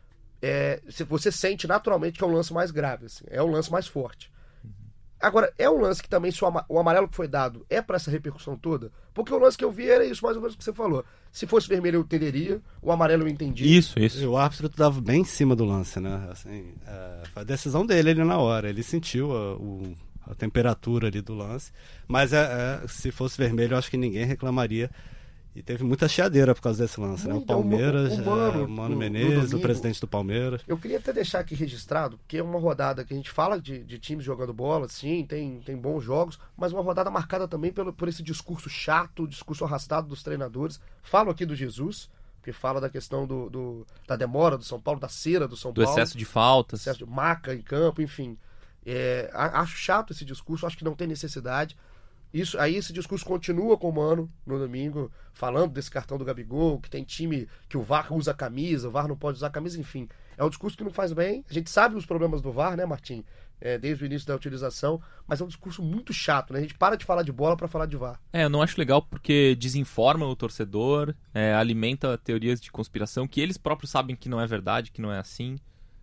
você sente naturalmente que é um lance mais grave, assim, é um lance mais forte. Agora, é um lance que também, se o amarelo que foi dado é pra essa repercussão toda, porque o lance que eu vi era isso, mais ou menos o que você falou. Se fosse vermelho eu entenderia, o amarelo eu entendi. Isso. E o árbitro estava bem em cima do lance, né? Assim, foi a decisão dele ali na hora, ele sentiu a temperatura ali do lance, mas se fosse vermelho eu acho que ninguém reclamaria. E teve muita chiadeira por causa desse lance, né? O Palmeiras, o Mano Menezes, o presidente do Palmeiras. Eu queria até deixar aqui registrado, porque é uma rodada que a gente fala de times jogando bola, sim, tem bons jogos, mas uma rodada marcada também por esse discurso chato, discurso arrastado dos treinadores. Falo aqui do Jesus, que fala da questão da demora do São Paulo, da cera do São Paulo. Do excesso de faltas. Excesso de maca em campo, enfim. Acho chato esse discurso, acho que não tem necessidade. Esse discurso continua com o Mano no domingo, falando desse cartão do Gabigol, que tem time que o VAR usa a camisa, o VAR não pode usar a camisa, enfim. É um discurso que não faz bem. A gente sabe os problemas do VAR, né, Martim? Desde o início da utilização, mas é um discurso muito chato, né? A gente para de falar de bola para falar de VAR. Eu não acho legal porque desinforma o torcedor, alimenta teorias de conspiração que eles próprios sabem que não é verdade, que não é assim.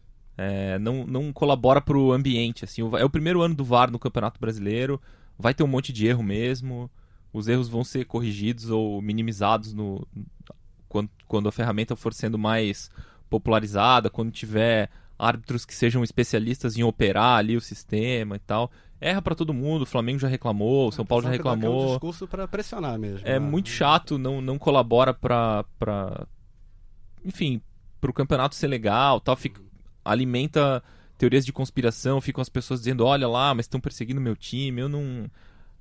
Não colabora pro ambiente, assim. É o primeiro ano do VAR no Campeonato Brasileiro. Vai ter um monte de erro mesmo, os erros vão ser corrigidos ou minimizados quando a ferramenta for sendo mais popularizada, quando tiver árbitros que sejam especialistas em operar ali o sistema e tal. Erra pra todo mundo, o Flamengo já reclamou, o São Paulo já reclamou. É um discurso pra pressionar mesmo. É muito chato, não colabora enfim, pro campeonato ser legal, tal, alimenta teorias de conspiração, ficam as pessoas dizendo, olha lá, mas estão perseguindo meu time, eu não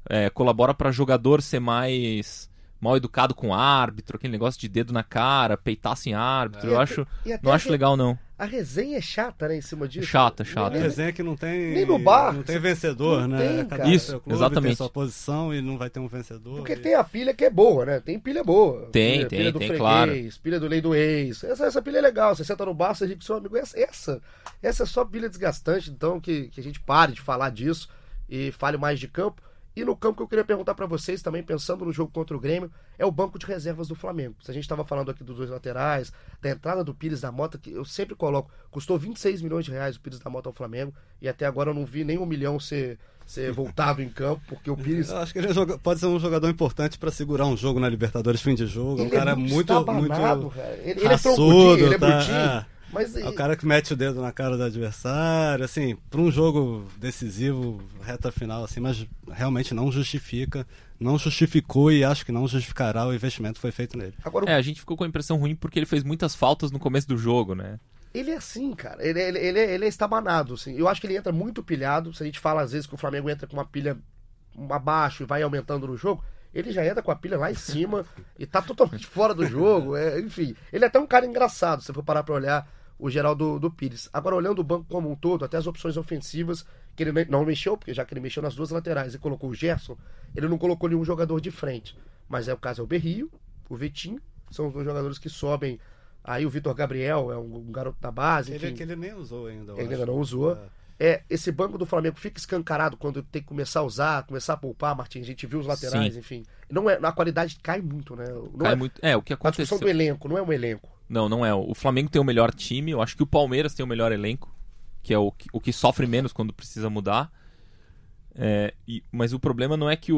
colabora para jogador ser mais mal educado com o árbitro, aquele negócio de dedo na cara, peitar sem árbitro. Eu não acho legal, não. A resenha é chata, né, em cima disso. Chata. A resenha que não tem... Nem no bar. Não tem vencedor, né? Tem, cara. Isso, clube exatamente. tem sua posição e não vai ter um vencedor. Porque tem a pilha que é boa, né? Tem pilha boa. Tem, pilha do freguês, claro. Pilha do lei do ex. Essa pilha é legal. Você senta no bar, você diz com seu amigo. Essa é só pilha desgastante, então que a gente pare de falar disso e fale mais de campo. E no campo que eu queria perguntar pra vocês também, pensando no jogo contra o Grêmio, é o banco de reservas do Flamengo. Se a gente estava falando aqui dos dois laterais, da entrada do Pires da Mota, que eu sempre coloco, custou 26 milhões de reais o Pires da Mota ao Flamengo, e até agora eu não vi nem 1 milhão ser voltado em campo, porque o Pires... Eu acho que ele pode ser um jogador importante pra segurar um jogo na Libertadores fim de jogo. Ele um cara muito estabanado, cara. Ele é raçudo, troncudinho, ele é tá? brutinho. Mas É o cara que mete o dedo na cara do adversário, assim, para um jogo decisivo, reta final, assim, mas realmente não justificou e acho que não justificará o investimento que foi feito nele. Agora, a gente ficou com a impressão ruim porque ele fez muitas faltas no começo do jogo, né? ele é assim, cara. Ele é estabanado, assim. Eu acho que ele entra muito pilhado. Se a gente fala às vezes que o Flamengo entra com uma pilha abaixo e vai aumentando no jogo, ele já entra com a pilha lá em cima e tá totalmente fora do jogo. Enfim, ele é até um cara engraçado, se você for parar pra olhar o geral do Pires. Agora, olhando o banco como um todo, até as opções ofensivas, que ele não mexeu, porque já que ele mexeu nas duas laterais e colocou o Gerson, ele não colocou nenhum jogador de frente. Mas o caso é o Berrio, o Vitinho, são os dois jogadores que sobem. Aí o Vitor Gabriel é um garoto da base. Enfim, Que ele nem usou ainda. Ele ainda não usou. Esse banco do Flamengo fica escancarado quando tem que começar a usar, começar a poupar, Martins. A gente viu os laterais, Sim. enfim. A qualidade cai muito, né? Muito. O que A discussão aconteceu... do elenco, não é um elenco. Não é. O Flamengo tem o melhor time, eu acho que o Palmeiras tem o melhor elenco, que é o que sofre menos quando precisa mudar. Mas o problema não é que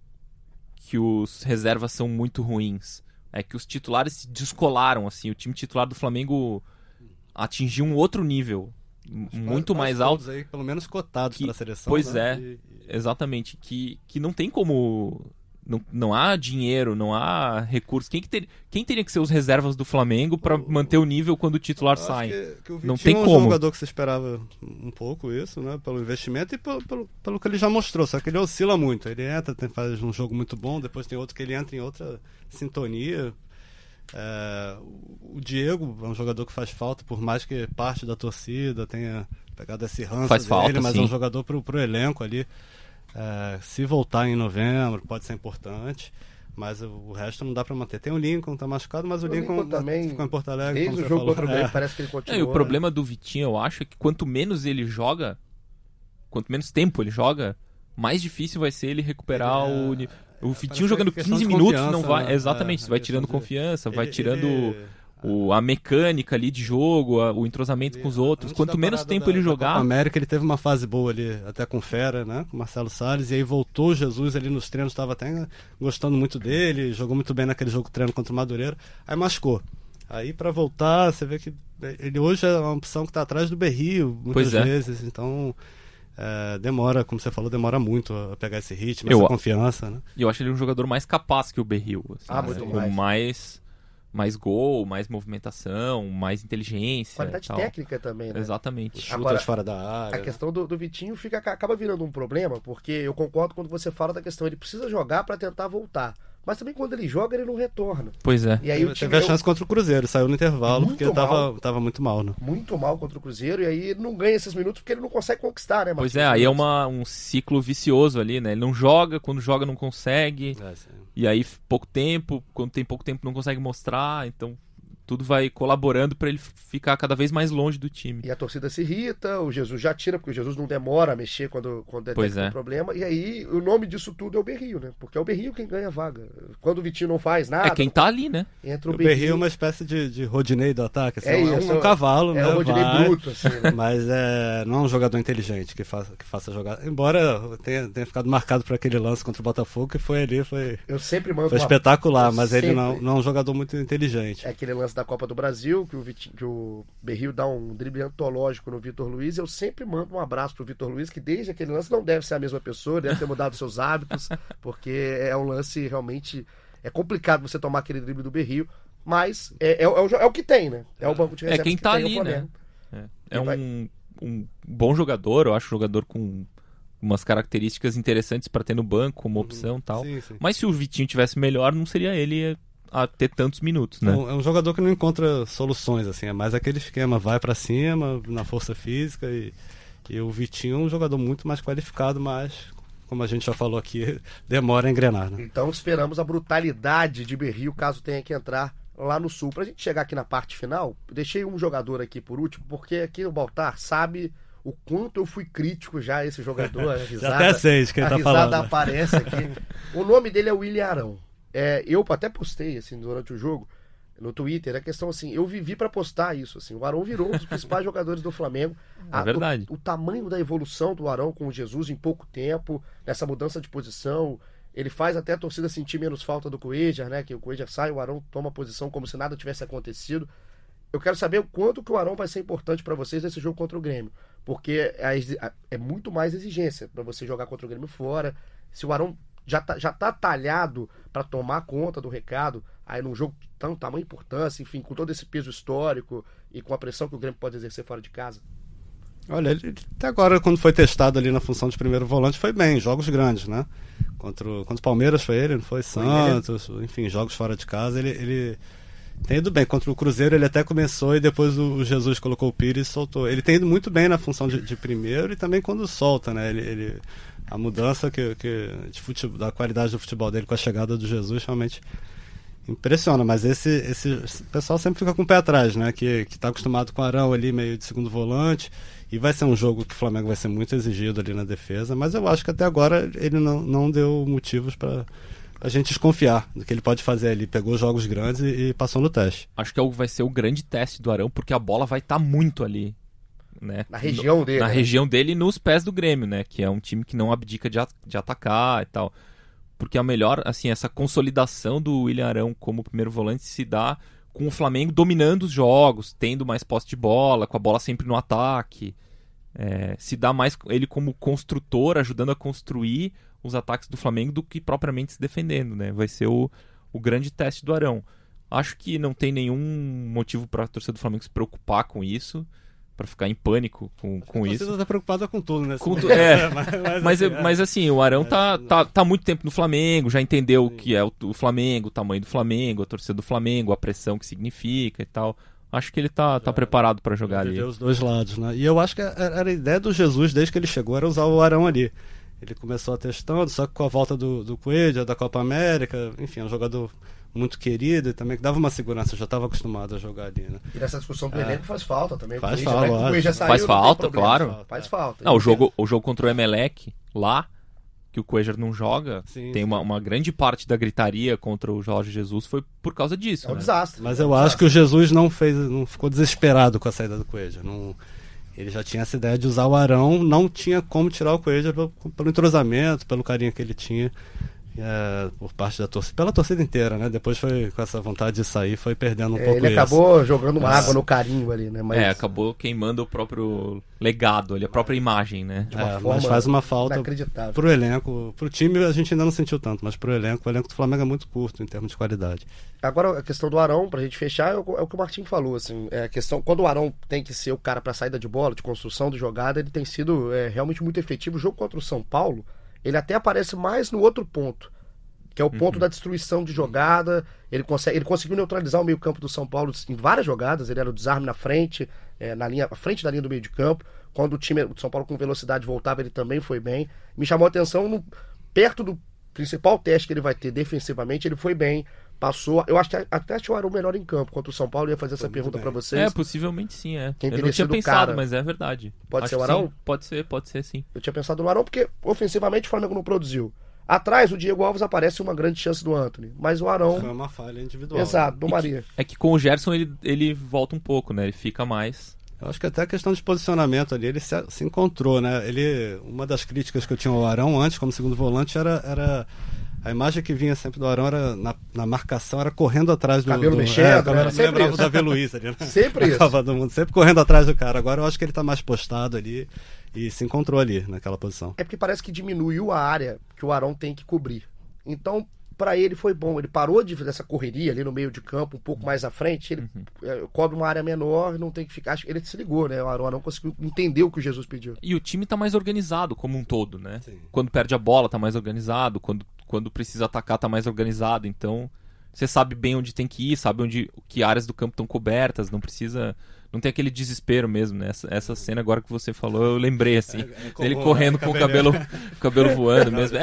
os reservas são muito ruins. É que os titulares se descolaram, assim. O time titular do Flamengo atingiu um outro nível, muito mais alto. Aí, pelo menos cotados para a seleção. Pois né? Exatamente. Que não tem como... Não há dinheiro, não há recursos. Quem teria que ser os reservas do Flamengo para manter o nível quando o titular sai? Que o Vitinho não tem é um como. jogador que você esperava um pouco isso, né? Pelo investimento e pelo que ele já mostrou. Só que ele oscila muito. Ele entra, faz um jogo muito bom, depois tem outro que ele entra em outra sintonia. O Diego é um jogador que faz falta, por mais que parte da torcida tenha pegado esse ranço faz falta, dele, mas sim. é um jogador pro elenco ali. Se voltar em novembro pode ser importante, mas o resto não dá pra manter. Tem o Lincoln, tá machucado, mas o Lincoln também ficou em Porto Alegre. desde o jogo contra o Grêmio, parece que ele continua. E o problema do Vitinho, eu acho, é que quanto menos ele joga, quanto menos tempo ele joga, mais difícil vai ser ele recuperar o Vitinho jogando 15 minutos não vai... Né? Exatamente, você vai tirando confiança, vai tirando a mecânica ali de jogo, o entrosamento com os outros. Quanto menos tempo ele jogar... Na América ele teve uma fase boa ali, até com Fera, né? Com Marcelo Salles, e aí voltou o Jesus ali nos treinos, estava até gostando muito dele, jogou muito bem naquele jogo treino contra o Madureira, aí machucou. Aí pra voltar, você vê que ele hoje é uma opção que tá atrás do Berrio, muitas vezes, então... demora, como você falou, demora muito a pegar esse ritmo, essa confiança, né? E eu acho ele um jogador mais capaz que o Berrio. Assim, muito com mais gol, mais movimentação, mais inteligência. Qualidade técnica também, né? Exatamente. Chutas fora da área. A questão do Vitinho acaba virando um problema, porque eu concordo quando você fala da questão, ele precisa jogar pra tentar voltar. Mas também quando ele joga, ele não retorna. Pois é. E aí teve a chance contra o Cruzeiro, saiu no intervalo, porque tava muito mal, né? Muito mal contra o Cruzeiro, e aí ele não ganha esses minutos porque ele não consegue conquistar, né, Martins? Pois é, aí é um ciclo vicioso ali, né? Ele não joga, quando joga não consegue, e aí pouco tempo, quando tem pouco tempo não consegue mostrar, então... Tudo vai colaborando para ele ficar cada vez mais longe do time. E a torcida se irrita, o Jesus já tira, porque o Jesus não demora a mexer quando detecta um problema. E aí o nome disso tudo é o Berrio, né? Porque é o Berrio quem ganha a vaga. Quando o Vitinho não faz nada... É quem tá ali, né? Entra o Berrio é uma espécie de Rodinei do ataque. Assim, isso, um cavalo, né? É o Rodinei bruto, assim, né? Mas não é um jogador inteligente que faça jogar. Embora tenha ficado marcado por aquele lance contra o Botafogo, que foi ali, eu sempre mando foi espetacular, mas ele não é um jogador muito inteligente. É aquele lance da Copa do Brasil, que o Berrio dá um drible antológico no Vitor Luiz. Eu sempre mando um abraço pro Vitor Luiz, que desde aquele lance não deve ser a mesma pessoa, deve ter mudado seus hábitos, porque é um lance realmente... É complicado você tomar aquele drible do Berrio, mas é o que tem, né? É o banco de reservas quem tá que tem ali, né? É um bom jogador, eu acho um jogador com umas características interessantes para ter no banco, como opção e tal. Sim. Mas se o Vitinho tivesse melhor, não seria ele a ter tantos minutos, né? É um jogador que não encontra soluções, assim, é mais aquele esquema, vai pra cima, na força física, e o Vitinho é um jogador muito mais qualificado, mas, como a gente já falou aqui, demora a engrenar, né? Então esperamos a brutalidade de Berrio, caso tenha que entrar lá no Sul. Pra gente chegar aqui na parte final, deixei um jogador aqui por último, porque aqui o Baltar sabe o quanto eu fui crítico já a esse jogador. A risada, já até sei de quem tá falando. A risada aparece aqui. O nome dele é William Arão. Eu até postei assim, durante o jogo no Twitter, a questão assim, eu vivi pra postar isso, assim, o Arão virou um dos principais jogadores do Flamengo. É verdade. O tamanho da evolução do Arão com o Jesus em pouco tempo, nessa mudança de posição, ele faz até a torcida sentir menos falta do Cuéllar, né, que o Cuéllar sai, o Arão toma posição como se nada tivesse acontecido. Eu quero saber o quanto que o Arão vai ser importante pra vocês nesse jogo contra o Grêmio, porque é muito mais exigência pra você jogar contra o Grêmio fora. Se o Arão já tá talhado para tomar conta do recado, aí num jogo de tão tamanha importância, enfim, com todo esse peso histórico e com a pressão que o Grêmio pode exercer fora de casa. Olha, ele até agora, quando foi testado ali na função de primeiro volante, foi bem, jogos grandes, né? Contra o Palmeiras foi ele, não foi Santos, enfim, jogos fora de casa, ele tem ido bem. Contra o Cruzeiro ele até começou e depois o Jesus colocou o Pires e soltou. Ele tem ido muito bem na função de primeiro e também quando solta, né? A mudança de futebol, da qualidade do futebol dele com a chegada do Jesus realmente impressiona, mas esse pessoal sempre fica com o pé atrás, né? Que tá acostumado com o Arão ali meio de segundo volante, e vai ser um jogo que o Flamengo vai ser muito exigido ali na defesa, mas eu acho que até agora ele não deu motivos para a gente desconfiar do que ele pode fazer ali. Pegou jogos grandes e passou no teste. Acho que vai ser o grande teste do Arão, porque a bola vai estar muito ali, né? Na região dele. Na região dele e nos pés do Grêmio, né? Que é um time que não abdica de atacar e tal. Porque a melhor, assim, essa consolidação do William Arão como primeiro volante se dá com o Flamengo dominando os jogos, tendo mais posse de bola, com a bola sempre no ataque. Se dá mais ele como construtor, ajudando a construir os ataques do Flamengo do que propriamente se defendendo, né? Vai ser o grande teste do Arão. Acho que não tem nenhum motivo para a torcida do Flamengo se preocupar com isso, para ficar em pânico com isso. A torcida tá preocupada com tudo, né? Mas assim, o Arão tá muito tempo no Flamengo, já entendeu o que é o Flamengo, o tamanho do Flamengo, a torcida do Flamengo, a pressão que significa e tal. Acho que ele tá preparado para jogar ali. Os dois lados, né? E eu acho que era a ideia do Jesus, desde que ele chegou, era usar o Arão ali. Ele começou testando, só que com a volta do Cuéllar, da Copa América, enfim, é um jogador muito querido e também que dava uma segurança, já estava acostumado a jogar ali, né? E nessa discussão do elenco faz falta também. Faz falta, faz falta, claro. Faz falta. Não, o jogo contra o Emelec, lá, que o Cuéllar não joga, tem uma grande parte da gritaria contra o Jorge Jesus foi por causa disso. É um desastre. Mas eu acho que o Jesus não ficou desesperado com a saída do Cuéllar. Ele já tinha essa ideia de usar o Arão, não tinha como tirar o Cuéllar pelo entrosamento, pelo carinho que ele tinha por parte da torcida, pela torcida inteira, né? Depois foi com essa vontade de sair, foi perdendo um pouco isso. Ele acabou jogando uma água no carinho ali, né? Mas... acabou queimando o próprio legado ali, a própria imagem, né? Mas faz uma falta pro elenco, pro time a gente ainda não sentiu tanto, mas pro elenco, o elenco do Flamengo é muito curto em termos de qualidade. Agora a questão do Arão, pra gente fechar, é o que o Martim falou, assim, a questão, quando o Arão tem que ser o cara pra saída de bola, de construção de jogada, ele tem sido realmente muito efetivo. O jogo contra o São Paulo, ele até aparece mais no outro ponto, que é o ponto da destruição de jogada. Ele conseguiu neutralizar o meio-campo do São Paulo em várias jogadas. Ele era o desarme na frente, à frente da linha do meio de campo. Quando o time do São Paulo com velocidade voltava, ele também foi bem. Me chamou a atenção, perto do principal teste que ele vai ter defensivamente, ele foi bem, passou. Eu acho que até achou o Arão melhor em campo contra o São Paulo. Eu ia fazer essa pergunta para vocês. Possivelmente sim, Quem eu não tinha pensado, mas é verdade. Pode acho ser o Arão? Sim. Pode ser sim. Eu tinha pensado no Arão porque ofensivamente o Flamengo não produziu. Atrás, o Diego Alves aparece uma grande chance do Anthony, mas o Arão... Foi uma falha individual. Exato, do Maria. É que com o Gerson ele volta um pouco, né? Ele fica mais... Eu acho que até a questão de posicionamento ali, ele se encontrou, né? Uma das críticas que eu tinha ao Arão antes, como segundo volante, era a imagem que vinha sempre do Arão, era na marcação, era correndo atrás do... Cabelo mexendo, era sempre isso. O Davi Luiz ali, né? Sempre isso. Copa do Mundo, sempre correndo atrás do cara. Agora eu acho que ele tá mais postado ali e se encontrou ali, naquela posição. É porque parece que diminuiu a área que o Arão tem que cobrir. Então, Pra ele foi bom. Ele parou dessa correria ali no meio de campo, um pouco mais à frente. Ele cobre uma área menor, não tem que ficar. Ele se ligou, né? O Arão conseguiu entender o que o Jesus pediu. E o time tá mais organizado como um todo, né? Sim. Quando perde a bola, tá mais organizado. Quando precisa atacar, tá mais organizado. Então, você sabe bem onde tem que ir, sabe que áreas do campo estão cobertas. Não tem aquele desespero mesmo, né? Essa cena agora que você falou, eu lembrei, assim. Ele correndo com o cabelo voando mesmo.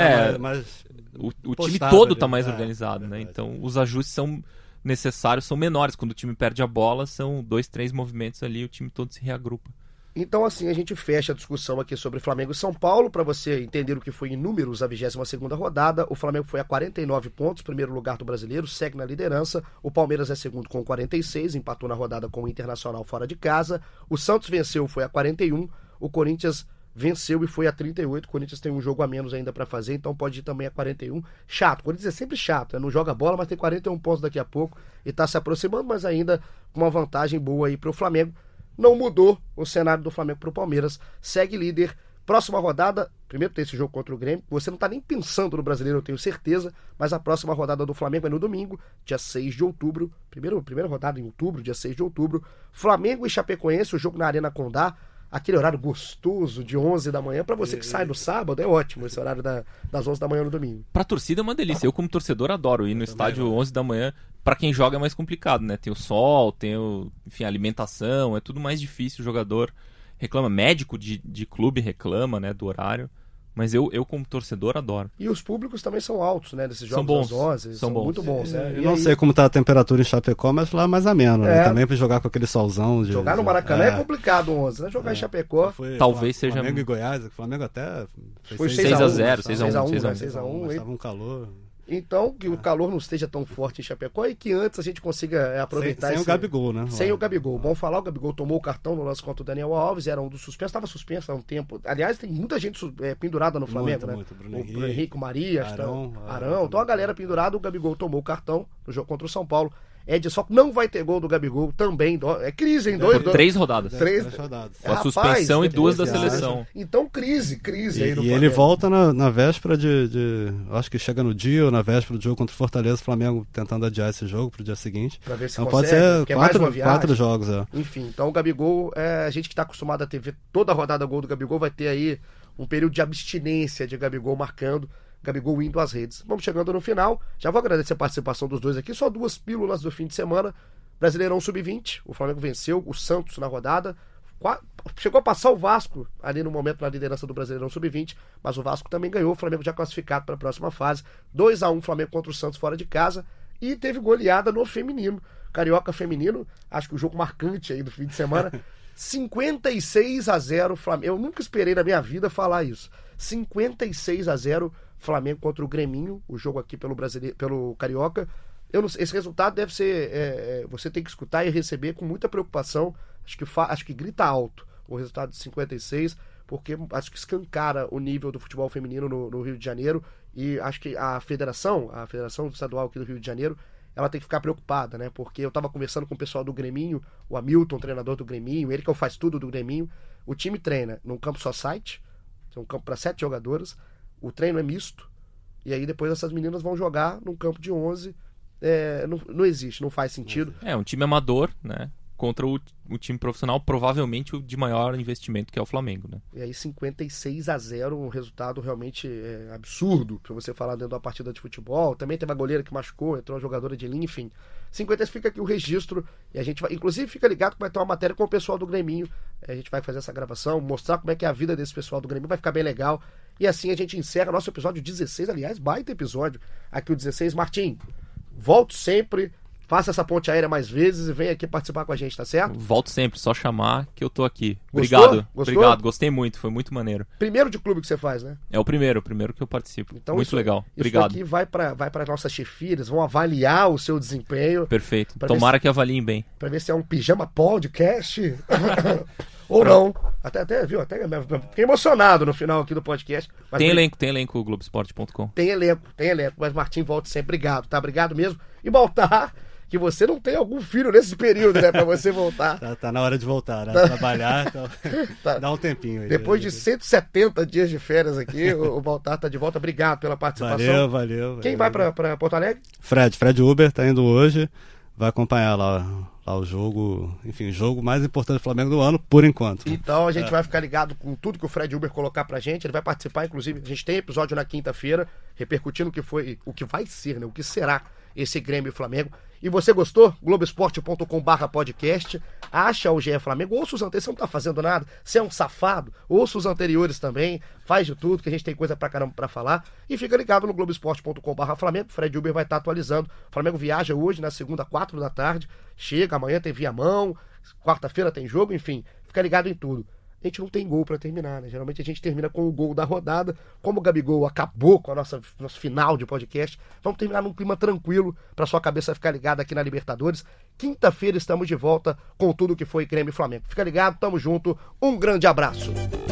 O time todo tá mais organizado, né? Então, os ajustes são necessários, são menores. Quando o time perde a bola, são 2, 3 movimentos ali, o time todo se reagrupa. Então, assim, a gente fecha a discussão aqui sobre Flamengo e São Paulo, para você entender o que foi em números a 22ª rodada. O Flamengo foi a 49 pontos, primeiro lugar do Brasileiro, segue na liderança. O Palmeiras é segundo com 46, empatou na rodada com o Internacional fora de casa. O Santos venceu, foi a 41. O Corinthians venceu e foi a 38. O Corinthians tem um jogo a menos ainda para fazer, então pode ir também a 41. Chato, o Corinthians é sempre chato, né? Não joga bola, mas tem 41 pontos daqui a pouco e tá se aproximando, mas ainda com uma vantagem boa aí pro Flamengo. Não mudou o cenário do Flamengo pro Palmeiras, segue líder. Próxima rodada, primeiro tem esse jogo contra o Grêmio, você não tá nem pensando no Brasileiro, eu tenho certeza, mas a próxima rodada do Flamengo é no domingo, dia 6 de outubro, primeira rodada em outubro, dia 6 de outubro, Flamengo e Chapecoense, o jogo na Arena Condá, aquele horário gostoso de 11 da manhã, pra você que sai no sábado, é ótimo esse horário das 11 da manhã no domingo. Pra torcida é uma delícia, eu como torcedor adoro ir no estádio 11 da manhã. Pra quem joga é mais complicado, né? Tem o sol, tem a alimentação, é tudo mais difícil. O jogador reclama, médico de clube reclama, né, do horário. Mas eu como torcedor adoro. E os públicos também são altos, né? Desses jogos são bons, das 11, são bons. muito bons, né? Eu não sei como tá a temperatura em Chapecó, mas lá é mais ameno, né? Também pra jogar com aquele solzão. Jogar no Maracanã é complicado 11, né? Jogar em Chapecó... Talvez seja... Flamengo e Goiás, o Flamengo até... Foi 6x0, 6x1. Estava um calor... Então, que o calor não esteja tão forte em Chapecó e que antes a gente consiga aproveitar sem o Gabigol, né? Sem o Gabigol. Bom falar, o Gabigol tomou o cartão no lance contra o Daniel Alves, era um dos suspensos, estava suspenso há um tempo. Aliás, tem muita gente pendurada no Flamengo, né? Bruno Henrique, Maria, Arão. Então a galera pendurada, o Gabigol tomou o cartão no jogo contra o São Paulo. Só que não vai ter gol do Gabigol também. É crise, hein? Por 3 rodadas. 3 rodadas. A suspensão e 2 da seleção. Então, crise aí no Flamengo. E ele volta na véspera acho que chega no dia ou na véspera do jogo contra o Fortaleza, o Flamengo tentando adiar esse jogo pro dia seguinte. Pra ver se então consegue, pode ser 4 jogos. Enfim, então o Gabigol, a gente que tá acostumado a ver toda a rodada gol do Gabigol, vai ter aí um período de abstinência de Gabigol marcando. Gabigol indo às redes. Vamos chegando no final. Já vou agradecer a participação dos dois aqui. Só 2 pílulas do fim de semana. Brasileirão Sub-20. O Flamengo venceu o Santos na rodada. Chegou a passar o Vasco ali no momento na liderança do Brasileirão Sub-20. Mas o Vasco também ganhou. O Flamengo já classificado para a próxima fase. 2-1 Flamengo contra o Santos fora de casa. E teve goleada no feminino. Carioca feminino. Acho que o jogo marcante aí do fim de semana. 56-0 Flamengo. Eu nunca esperei na minha vida falar isso. 56-0 Flamengo contra o Greminho, o jogo aqui pelo Carioca. Esse resultado deve ser... você tem que escutar e receber com muita preocupação. Acho que grita alto o resultado de 56, porque acho que escancara o nível do futebol feminino no Rio de Janeiro. E acho que a Federação Estadual aqui do Rio de Janeiro, ela tem que ficar preocupada, né? Porque eu estava conversando com o pessoal do Greminho, o Hamilton, treinador do Greminho, ele que faz tudo do Greminho. O time treina num campo society, tem um campo para 7 jogadoras. O treino é misto. E aí depois essas meninas vão jogar num campo de 11. Não existe, não faz sentido. É um time amador, né? Contra o time profissional, provavelmente o de maior investimento, que é o Flamengo, né? E aí 56-0, um resultado realmente absurdo pra você falar dentro da partida de futebol. Também teve a goleira que machucou, entrou uma jogadora de linha, enfim. 50 fica aqui o registro e a gente vai, inclusive fica ligado que vai ter uma matéria com o pessoal do Greminho. A gente vai fazer essa gravação, mostrar como é que é a vida desse pessoal do Greminho, vai ficar bem legal. E assim a gente encerra nosso episódio 16, aliás, baita episódio. Aqui o 16, Martim, volto sempre, faça essa ponte aérea mais vezes e vem aqui participar com a gente, tá certo? Volto sempre, só chamar que eu tô aqui. Gostou? Obrigado. Gostou? Obrigado, gostei muito, foi muito maneiro. Primeiro de clube que você faz, né? É o primeiro que eu participo. Então, muito legal. Obrigado. Isso aqui vai para nossas chefias, vão avaliar o seu desempenho. Perfeito. Tomara que avaliem bem. Pra ver se é um pijama podcast ou não. Até viu? Até fiquei emocionado no final aqui do podcast. Mas tem elenco Globoesporte.com. Tem elenco. Mas Martim, volte sempre. Obrigado, tá? Obrigado mesmo. E Baltar, que você não tem algum filho nesse período, né? Pra você voltar. Tá na hora de voltar, né? Trabalhar, então dá um tempinho aí. Depois de 170 dias de férias aqui, o Baltar tá de volta. Obrigado pela participação. Valeu. Quem vai pra Porto Alegre? Fred Uber tá indo hoje, vai acompanhar lá o jogo, enfim, o jogo mais importante do Flamengo do ano, por enquanto. Então a gente vai ficar ligado com tudo que o Fred Uber colocar pra gente. Ele vai participar, inclusive, a gente tem episódio na quinta-feira, repercutindo o que vai ser, né? O que será esse Grêmio e Flamengo. E você gostou? Globoesporte.com/podcast. Acha o GE Flamengo, ouça os anteriores, você não tá fazendo nada, você é um safado, ouça os anteriores também, faz de tudo, que a gente tem coisa pra caramba pra falar. E fica ligado no globoesporte.com/Flamengo, Fred Uber vai estar atualizando. O Flamengo viaja hoje, na segunda, 4 da tarde, chega, amanhã tem Viamão, quarta-feira tem jogo, enfim, fica ligado em tudo. A gente não tem gol pra terminar, né? Geralmente a gente termina com o gol da rodada. Como o Gabigol acabou com a nosso final de podcast, vamos terminar num clima tranquilo pra sua cabeça ficar ligada aqui na Libertadores. Quinta-feira estamos de volta com tudo que foi Grêmio e Flamengo. Fica ligado, tamo junto, um grande abraço.